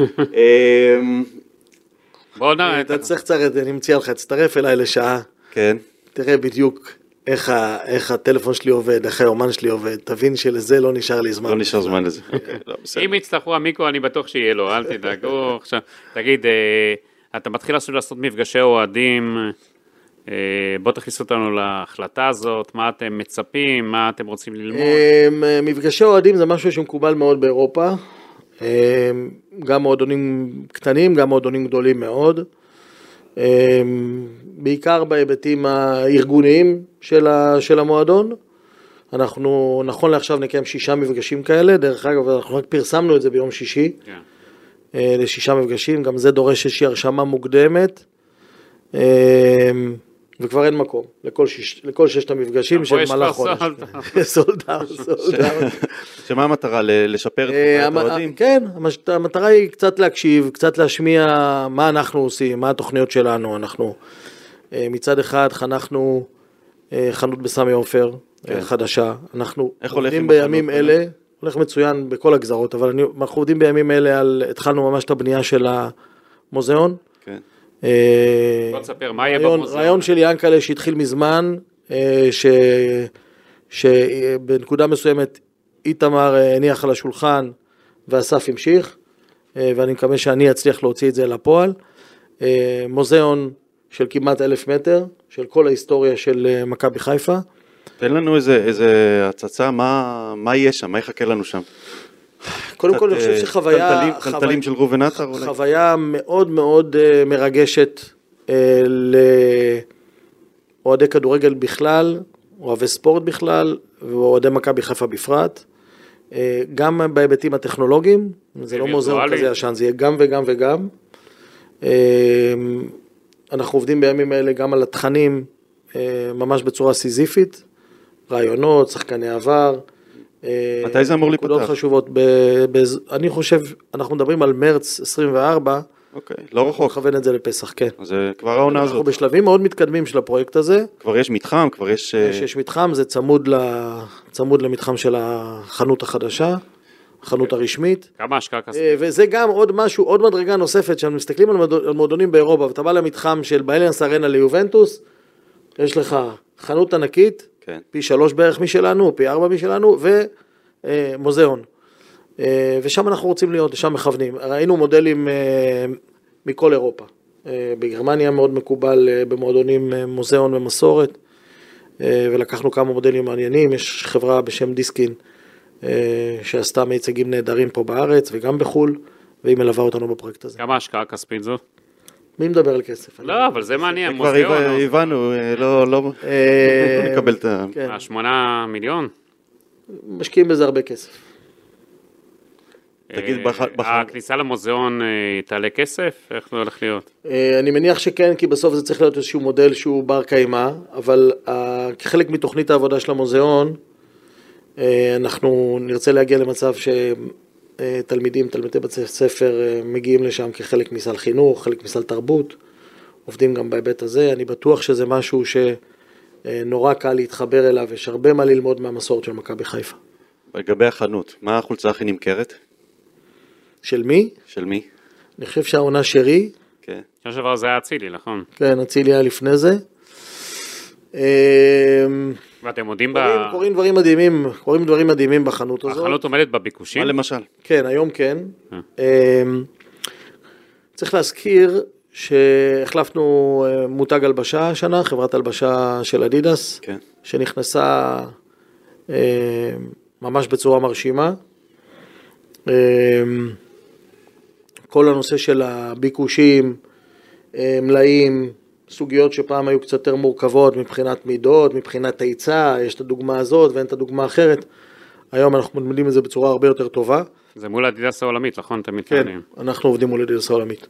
בוא נראה. אתה צריך קצת, אני מציע לך, תצטרף אליי לשעה. כן. תראה בדיוק איך, ה, איך הטלפון שלי עובד, איך היומן שלי עובד, תבין שלזה לא נשאר לי זמן. לא נשאר זמן לזה. אם יצטרכו המיקרו, אני בטוח שיהיה לו, אל תדאגו. תגיד, אתה מתחיל לעשות מפגשי אוהדים, בוא תכניס אותנו להחלטה הזאת, מה אתם מצפים, מה אתם רוצים ללמוד? מפגשי אוהדים זה משהו שמקובל מאוד באירופה, גם מועדונים קטנים, גם מועדונים גדולים מאוד, בעיקר בהיבטים הארגוניים של, ה, של המועדון. אנחנו נכון לעכשיו נקיים שישה מפגשים כאלה, דרך אגב אנחנו רק פרסמנו את זה ביום שישי, yeah. לשישה מפגשים, גם זה דורש איזושהי הרשמה מוקדמת, וכבר אין מקום לכל, שיש, לכל ששת המפגשים של מלא חודש. סולדאוט, סולדאוט. שמה המטרה? לשפר את האוהדים? כן, המטרה היא קצת להקשיב, קצת להשמיע מה אנחנו עושים, מה התוכניות שלנו. אנחנו מצד אחד חנכנו חנות בסמי עופר חדשה, אנחנו עובדים בימים אלה, הולך מצוין בכל הגזרות, אבל אנחנו עובדים בימים אלה, התחלנו ממש את הבנייה של המוזיאון. כן. בוא תספר, מה יהיה במוזיאון? רעיון של ינקלה שהתחיל מזמן, שבנקודה מסוימת איתמר הניח על השולחן ואסף המשיך, ואני מקווה שאני אצליח להוציא את זה לפועל. מוזיאון של כמעט אלף מטר, של כל ההיסטוריה של מכבי חיפה. תן לנו איזה, איזה הצצה, מה, מה יהיה שם, מה יחכה לנו שם? קודם כל אני חושב שחוויה, קלטלים של ראובן עטר אולי? חוויה מאוד מאוד מרגשת לאוהדי כדורגל בכלל, אוהבי ספורט בכלל, ואוהדי מכבי חיפה בפרט, גם בהיבטים הטכנולוגיים, זה לא מוזיאון כזה ישן, זה יהיה גם וגם וגם. אנחנו עובדים בימים האלה גם על התכנים, ממש בצורה סיזיפית, רעיונות, שחקני עבר. מתי זה אמור להיפתח? נקודות חשובות, אני חושב, אנחנו מדברים על מרץ עשרים וארבע, אוקיי, לא רחוק. נכוון את זה לפסח, כן. אז זה כבר העונה הזאת. אנחנו בשלבים מאוד מתקדמים של הפרויקט הזה. כבר יש מתחם, כבר יש... יש מתחם, זה צמוד, צמוד למתחם של החנות החדשה, החנות הרשמית. כמה השקעה כספית? וזה גם עוד משהו, עוד מדרגה נוספת, שאנחנו מסתכלים על מועדונים באירופה, ואתה בא למתחם של באליאנס ארנה ליובנטוס, יש לך חנות ענקית, כן. פי שלוש בערך משלנו, פי ארבע משלנו, ומוזיאון. ושם אנחנו רוצים להיות, שם מכוונים. ראינו מודלים מכל אירופה. בגרמניה מאוד מקובל במועדונים מוזיאון ומסורת, ולקחנו כמה מודלים מעניינים. יש חברה בשם דיסקין, שעשתה מיצגים נהדרים פה בארץ וגם בחול, והיא מלווה אותנו בפרויקט הזה. כמה השקעה כספית זו? מי מדבר על כסף? לא, אבל זה מעניין, מוזיאון. כבר הבנו, לא נקבל את ה... שמונה מיליון? משקיעים בזה הרבה כסף. תגיד, הכניסה למוזיאון תעלה כסף? איך זה הולך להיות? אני מניח שכן, כי בסוף זה צריך להיות איזשהו מודל שהוא בר קיימא, אבל כחלק מתוכנית העבודה של המוזיאון, אנחנו נרצה להגיע למצב שתלמידים, תלמידי בתי ספר מגיעים לשם כחלק מסל חינוך, חלק מסל תרבות, עובדים גם בהיבט הזה. אני בטוח שזה משהו שנורא קל להתחבר אליו, יש הרבה מה ללמוד מהמסורת של מכבי חיפה. לגבי החנות, מה החולצה הכי נמכרת? של מי? של מי? אני חושב שהעונה שרי. כן. שנה שעברה זה היה אצילי, נכון? כן, אצילי היה לפני זה. ואתם יודעים ב... קוראים דברים מדהימים, קוראים דברים מדהימים בחנות הזאת. החנות עומדת בביקושים? מה למשל? כן, היום כן. צריך להזכיר שהחלפנו מותג הלבשה השנה, חברת הלבשה של אדידס, כן. שנכנסה ממש בצורה מרשימה. כל הנושא של הביקושים, מלאים, סוגיות שפעם היו קצת יותר מורכבות מבחינת מידות, מבחינת היצע, יש את הדוגמה הזאת ואין את הדוגמה האחרת. היום אנחנו מלמדים את זה בצורה הרבה יותר טובה. זה מול אדידס העולמית, נכון? אתם כן, מתכוונים. אנחנו עובדים מול אדידס העולמית.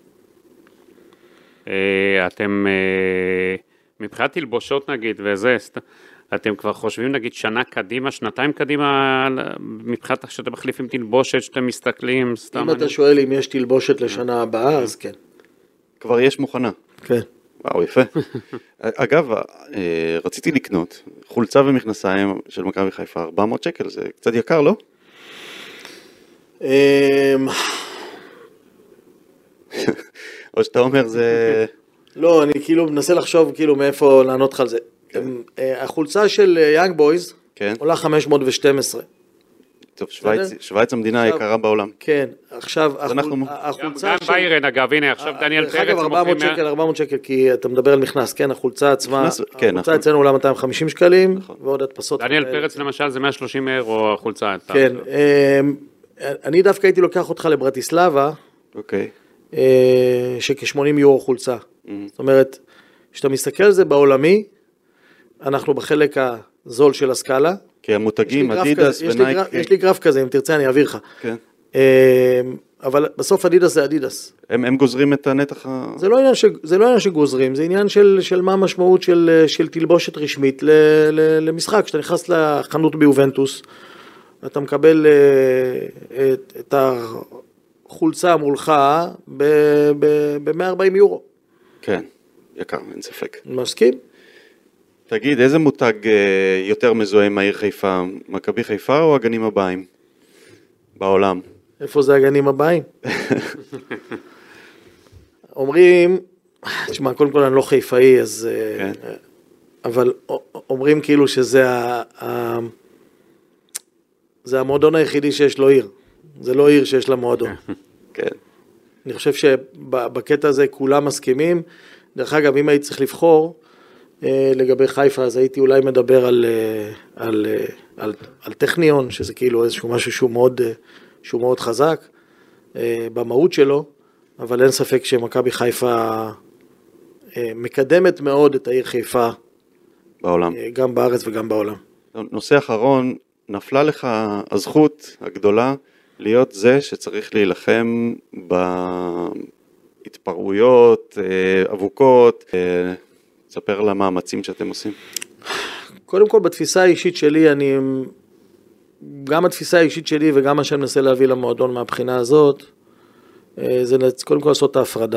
אתם, מבחינת תלבושות נגיד, וזה, אתם כבר חושבים נגיד שנה קדימה, שנתיים קדימה, מבחינת שאתם מחליפים תלבושת, שאתם מסתכלים, סתם... אם אתה שואל אם יש תלבושת לשנה הבאה, אז כן. כבר יש מוכנה. כן. וואו, יפה. אגב, רציתי לקנות חולצה ומכנסיים של מכבי חיפה, ארבע מאות שקל, זה קצת יקר, לא? או שאתה אומר זה... לא, אני כאילו מנסה לחשוב כאילו מאיפה לענות לך על זה. החולצה של יאנג בויז עולה חמש מאות ושתים עשרה. טוב, שוויץ המדינה היקרה בעולם. כן, עכשיו החולצה... גם ביירן אגב, הנה עכשיו דניאל פרץ... אגב, ארבע מאות שקל, ארבע מאות שקל, כי אתה מדבר על מכנס, כן, החולצה עצמה, כן, החולצה אצלנו עולה מאתיים וחמישים שקלים, ועוד הדפסות... דניאל פרץ למשל זה מאה ושלושים אירו החולצה. כן, אני דווקא הייתי לוקח אותך לברטיסלבה, אוקיי. שכ-שמונים יורו חולצה. זאת אומרת, כשאתה מסתכל על זה בעולמי, אנחנו בחלק הזול של הסקאלה. כי המותגים, אדידס ונייק... יש לי גרף כזה, אם תרצה אני אעביר לך. כן. אבל בסוף אדידס זה אדידס. הם, הם גוזרים את הנתח ה... זה לא עניין, ש... זה לא עניין שגוזרים, זה עניין של, של מה המשמעות של, של תלבושת רשמית ל... ל... למשחק. כשאתה נכנס לחנות ביובנטוס, אתה מקבל את, את החולצה מולך ב-מאה וארבעים יורו. כן, יקר, אין ספק. מסכים? תגיד, איזה מותג יותר מזוהה עם העיר חיפה? מכבי חיפה או הגנים הבאים? בעולם. איפה זה הגנים הבאים? אומרים, תשמע, קודם כל אני לא חיפאי, אז... כן. אבל אומרים כאילו שזה ה... זה המועדון היחידי שיש לו עיר. זה לא עיר שיש לה מועדון. כן. אני חושב שבקטע הזה כולם מסכימים. דרך אגב, אם הייתי צריך לבחור לגבי חיפה, אז הייתי אולי מדבר על, על, על, על טכניון, שזה כאילו איזשהו משהו שהוא מאוד, שהוא מאוד חזק במהות שלו, אבל אין ספק שמכבי חיפה מקדמת מאוד את העיר חיפה. בעולם. גם בארץ וגם בעולם. נושא אחרון, נפלה לך הזכות הגדולה להיות זה שצריך להילחם בהתפרעויות, אבוקות, תספר על המאמצים שאתם עושים. קודם כל, בתפיסה האישית שלי, אני, גם התפיסה האישית שלי וגם מה שאני מנסה להביא למועדון מהבחינה הזאת, זה קודם כל לעשות את ההפרדה.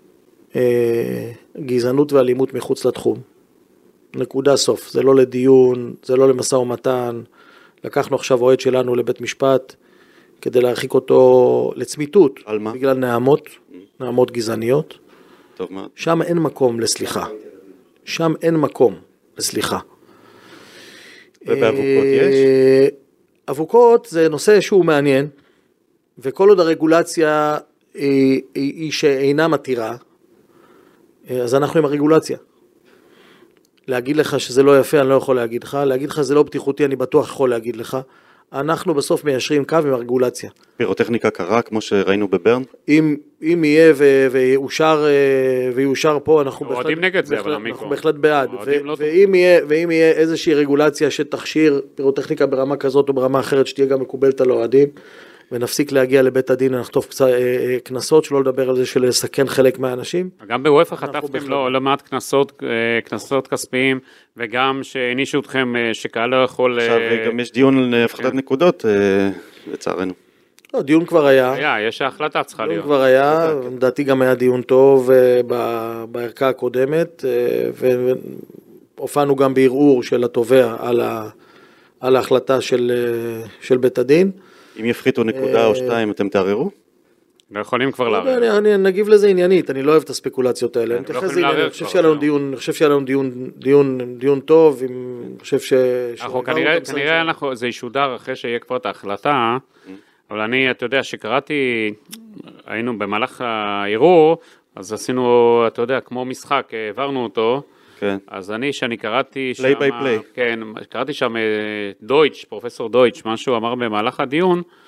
גזענות ואלימות מחוץ לתחום. נקודה סוף. זה לא לדיון, זה לא למשא ומתן. לקחנו עכשיו אוהד שלנו לבית משפט, כדי להרחיק אותו לצמיתות. על מה? בגלל נעמות, נעמות גזעניות. טוב מאוד. שם אין מקום לסליחה. שם אין מקום לסליחה. ובאבוקות יש? אבוקות זה נושא שהוא מעניין, וכל עוד הרגולציה היא, היא שאינה מתירה, אז אנחנו עם הרגולציה. להגיד לך שזה לא יפה, אני לא יכול להגיד לך, להגיד לך שזה לא בטיחותי, אני בטוח יכול להגיד לך. אנחנו בסוף מיישרים קו עם הרגולציה. פירוטכניקה קרה, כמו שראינו בברן? אם, אם יהיה ו, ויאושר, ויאושר פה, אנחנו בהחלט, נגד זה, אבל אנחנו בהחלט בעד. ו, לא ואם, יהיה, ואם יהיה איזושהי רגולציה שתכשיר פירוטכניקה ברמה כזאת או ברמה אחרת, שתהיה גם מקובלת על אוהדים, ונפסיק להגיע לבית הדין ונחטוף קצת כנסות, שלא לדבר על זה של לסכן חלק מהאנשים. גם בוופא חטפתם לא מעט כנסות, כנסות כספיים, וגם שהנישו אתכם שקהל לא יכול... עכשיו גם יש דיון על הפחתת נקודות, לצערנו. לא, דיון כבר היה. היה, יש ההחלטה צריכה להיות. דיון כבר היה, לדעתי גם היה דיון טוב בערכה הקודמת, והופענו גם בערעור של התובע על ההחלטה של בית הדין. אם יפחיתו נקודה או שתיים, אתם תערערו? לא יכולים כבר לערער. אני נגיב לזה עניינית, אני לא אוהב את הספקולציות האלה. אני חושב שהיה לנו דיון, אני חושב שהיה לנו דיון טוב, אני חושב ש... כנראה זה ישודר אחרי שיהיה כבר את ההחלטה, אבל אני, אתה יודע, שקראתי, היינו במהלך הערעור, אז עשינו, אתה יודע, כמו משחק, העברנו אותו, כן. אז אני, שאני קראתי שם, play by play. כן, קראתי שם דויטש, פרופסור דויטש, מה שהוא אמר במהלך הדיון,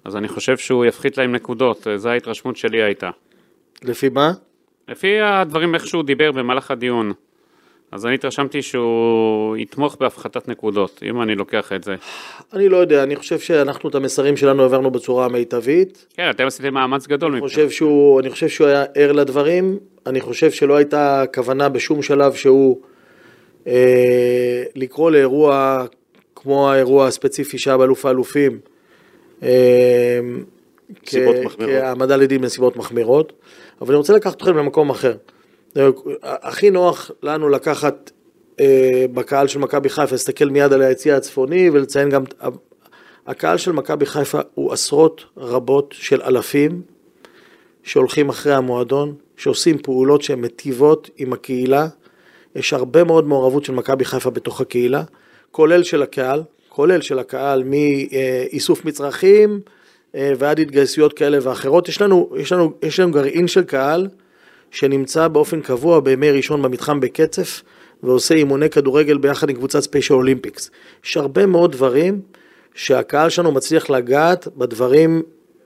אז אני חושב שהוא יפחית להם נקודות, זו ההתרשמות שלי הייתה. לפי מה? לפי הדברים איך שהוא דיבר במהלך הדיון. אז אני התרשמתי שהוא יתמוך בהפחתת נקודות, אם אני לוקח את זה. אני לא יודע, אני חושב שאנחנו את המסרים שלנו העברנו בצורה המיטבית. כן, אתם עשיתם מאמץ גדול. אני חושב שהוא, אני חושב שהוא היה ער לדברים, אני חושב שלא הייתה כוונה בשום שלב שהוא אה, לקרוא לאירוע כמו האירוע הספציפי שהיה באלוף האלופים, אה, נסיבות מחמירות. כהעמדה לדין בנסיבות מחמירות, אבל אני רוצה לקחת אתכם למקום אחר. הכי נוח לנו לקחת אה, בקהל של מכבי חיפה, להסתכל מיד על היציע הצפוני ולציין גם, הקהל של מכבי חיפה הוא עשרות רבות של אלפים שהולכים אחרי המועדון, שעושים פעולות שהן מטיבות עם הקהילה, יש הרבה מאוד מעורבות של מכבי חיפה בתוך הקהילה, כולל של הקהל, כולל של הקהל מאיסוף מצרכים ועד התגייסויות כאלה ואחרות, יש לנו, יש לנו, יש לנו גרעין של קהל, שנמצא באופן קבוע בימי ראשון במתחם בקצף, ועושה אימוני כדורגל ביחד עם קבוצת ספיישל אולימפיקס. יש הרבה מאוד דברים שהקהל שלנו מצליח לגעת בדברים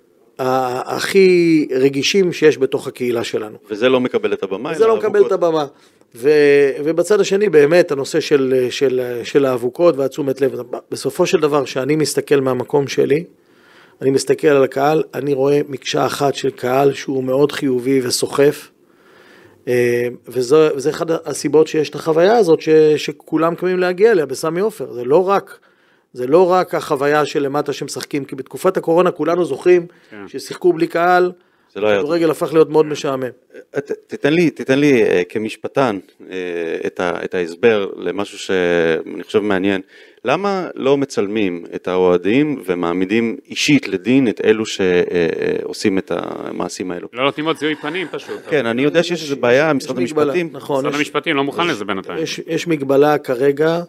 הכי רגישים שיש בתוך הקהילה שלנו. וזה לא מקבל את הבמה. זה לא מקבל את הבמה. ו, ובצד השני באמת הנושא של, של, של האבוקות והתשומת לב. בסופו של דבר שאני מסתכל מהמקום שלי, אני מסתכל על הקהל, אני רואה מקשה אחת של קהל שהוא מאוד חיובי וסוחף, וזה, וזה אחד הסיבות שיש את החוויה הזאת ש, שכולם קמים להגיע אליה בסמי עופר. זה לא רק, זה לא רק החוויה של למטה שמשחקים, כי בתקופת הקורונה כולנו זוכרים ששיחקו בלי קהל, הכדורגל הפך להיות מאוד משעמם. תתן לי, תתן לי כמשפטן את, ה, את ההסבר למשהו שאני חושב מעניין. למה לא מצלמים את האוהדים ומעמידים אישית לדין את אלו שעושים את המעשים האלו? לא נותנים עוד זיהוי פנים פשוט. כן, אני יודע שיש איזו בעיה, משרד המשפטים. נכון. משרד המשפטים לא מוכן לזה בינתיים. יש מגבלה כרגע.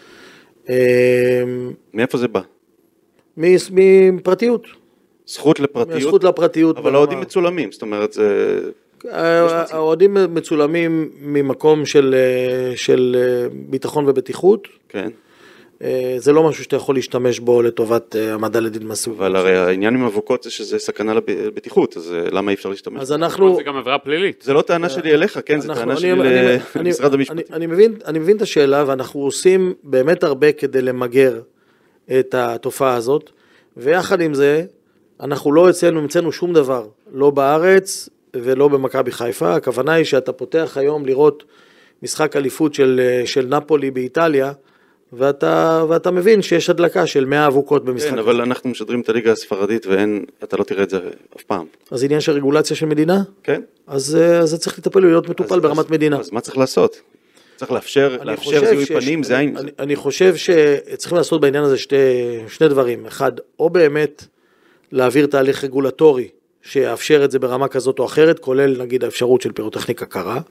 מאיפה זה בא? מפרטיות. זכות לפרטיות? זכות לפרטיות. אבל האוהדים מצולמים, זאת אומרת זה... האוהדים מצולמים ממקום של, של ביטחון ובטיחות. כן. זה לא משהו שאתה יכול להשתמש בו לטובת המדע לדין מסוג. אבל הרי העניין עם אבוקות זה שזה סכנה לבטיחות, אז למה אי אפשר להשתמש? אז אנחנו... זה גם עברה פלילית. זה לא טענה שלי אליך, כן, זה טענה שלי למשרד המשפטים. אני מבין, אני מבין את השאלה, ואנחנו עושים באמת הרבה כדי למגר את התופעה הזאת, ויחד עם זה, אנחנו לא אצלנו, המצאנו שום דבר, לא בארץ ולא במכבי חיפה. הכוונה היא שאתה פותח היום לראות משחק אליפות של, של נפולי באיטליה, ואתה, ואתה מבין שיש הדלקה של מאה אבוקות במשחק. כן, אבל אנחנו משדרים את הליגה הספרדית, ואין, אתה לא תראה את זה אף פעם. אז עניין של רגולציה של מדינה? כן. אז זה צריך לטפל ולהיות מטופל אז, ברמת אז, מדינה. אז מה צריך לעשות? צריך לאפשר, לאפשר זיהוי פנים, זה העניין. אני, אני חושב שצריכים לעשות בעניין הזה שתי, שני דברים. אחד, או באמת להעביר תהליך רגולטורי, שיאפשר את זה ברמה כזאת או אחרת, כולל נגיד האפשרות של פירוטכניקה קרה,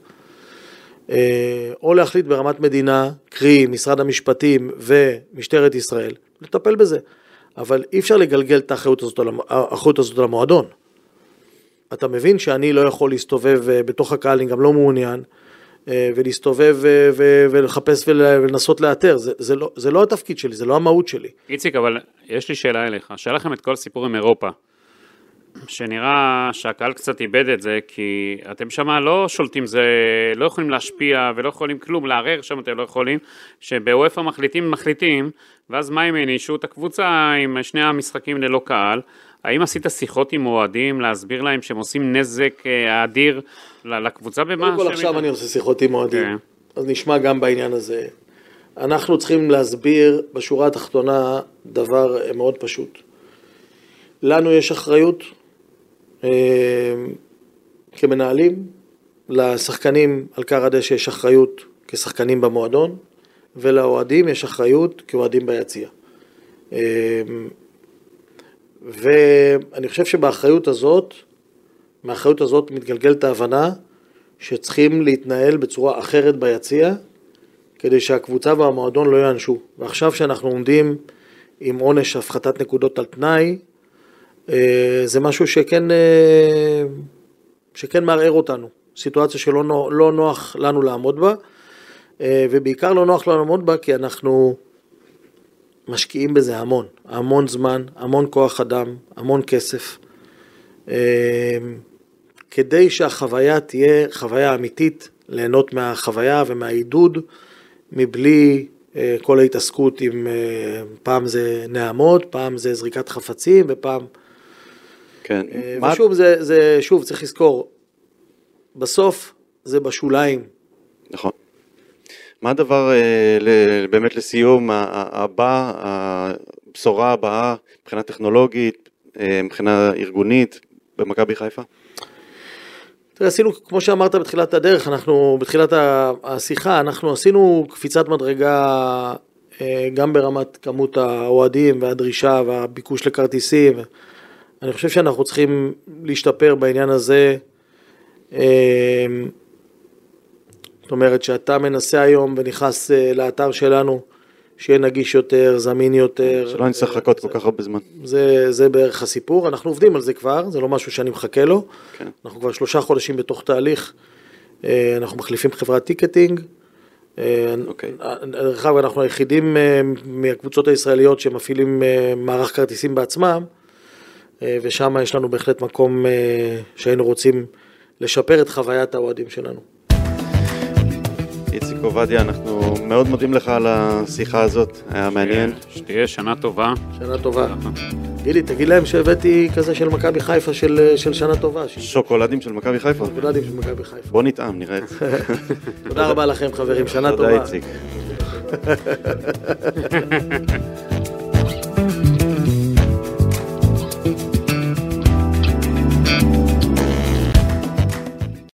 או להחליט ברמת מדינה, קרי משרד המשפטים ומשטרת ישראל, לטפל בזה. אבל אי אפשר לגלגל את האחריות הזאת, האחריות הזאת למועדון. אתה מבין שאני לא יכול להסתובב בתוך הקהל, אני גם לא מעוניין, ולהסתובב ולחפש ולנסות לאתר. זה, זה לא, זה לא התפקיד שלי, זה לא המהות שלי. איציק, אבל יש לי שאלה אליך. שאלה לכם את כל סיפור עם אירופה. שנראה שהקהל קצת איבד את זה, כי אתם שמה לא שולטים, זה לא יכולים להשפיע ולא יכולים כלום, לערער שם אתם לא יכולים, שבאופה מחליטים מחליטים, ואז מה הם הנישו את הקבוצה עם שני המשחקים ללא קהל? האם עשית שיחות עם אוהדים להסביר להם שהם עושים נזק אדיר לקבוצה במה? קודם כל עכשיו אני עושה שיחות עם אוהדים, אז נשמע גם בעניין הזה. אנחנו צריכים להסביר בשורה התחתונה דבר מאוד פשוט. לנו יש אחריות כמנהלים, לשחקנים על קר הדשא יש אחריות כשחקנים במועדון, ולאוהדים יש אחריות כאוהדים ביציע. ואני חושב שבאחריות הזאת, מהאחריות הזאת מתגלגלת ההבנה שצריכים להתנהל בצורה אחרת ביציע, כדי שהקבוצה והמועדון לא יענשו. ועכשיו שאנחנו עומדים עם עונש הפחתת נקודות על תנאי, זה משהו שכן, שכן מערער אותנו, סיטואציה שלא לא נוח לנו לעמוד בה, ובעיקר לא נוח לנו לעמוד בה, כי אנחנו משקיעים בזה המון, המון זמן, המון כוח אדם, המון כסף, כדי שהחוויה תהיה חוויה אמיתית, ליהנות מהחוויה ומהעידוד, מבלי כל ההתעסקות עם פעם זה נעמוד, פעם זה זריקת חפצים, ופעם... כן. ושוב, זה, זה, שוב, צריך לזכור, בסוף זה בשוליים. נכון. מה הדבר באמת לסיום הבא, הבשורה הבאה, מבחינה טכנולוגית, מבחינה ארגונית, במכבי חיפה? תראה, עשינו, כמו שאמרת בתחילת הדרך, אנחנו, בתחילת השיחה, אנחנו עשינו קפיצת מדרגה גם ברמת כמות האוהדים והדרישה והביקוש לכרטיסים. אני חושב שאנחנו צריכים להשתפר בעניין הזה. זאת אומרת, שאתה מנסה היום ונכנס לאתר שלנו, שיהיה נגיש יותר, זמין יותר. שלא נצטרך לחכות כל כך הרבה זמן. זה, זה בערך הסיפור, אנחנו עובדים על זה כבר, זה לא משהו שאני מחכה לו. כן. אנחנו כבר שלושה חודשים בתוך תהליך, אנחנו מחליפים חברת טיקטינג. אוקיי. דרך אגב, אנחנו היחידים מהקבוצות הישראליות שמפעילים מערך כרטיסים בעצמם, ושם יש לנו בהחלט מקום שהיינו רוצים לשפר את חוויית האוהדים שלנו. איציק עובדיה, אנחנו מאוד מודים לך על השיחה הזאת, היה מעניין. שתהיה שנה טובה. שנה טובה. גילי, תגיד להם שהבאתי כזה של מכבי חיפה של, של שנה טובה. שוקולדים של מכבי חיפה? שוקולדים של מכבי חיפה. בוא נטעם, נראה את זה. תודה רבה לכם חברים, שנה טובה. תודה איציק.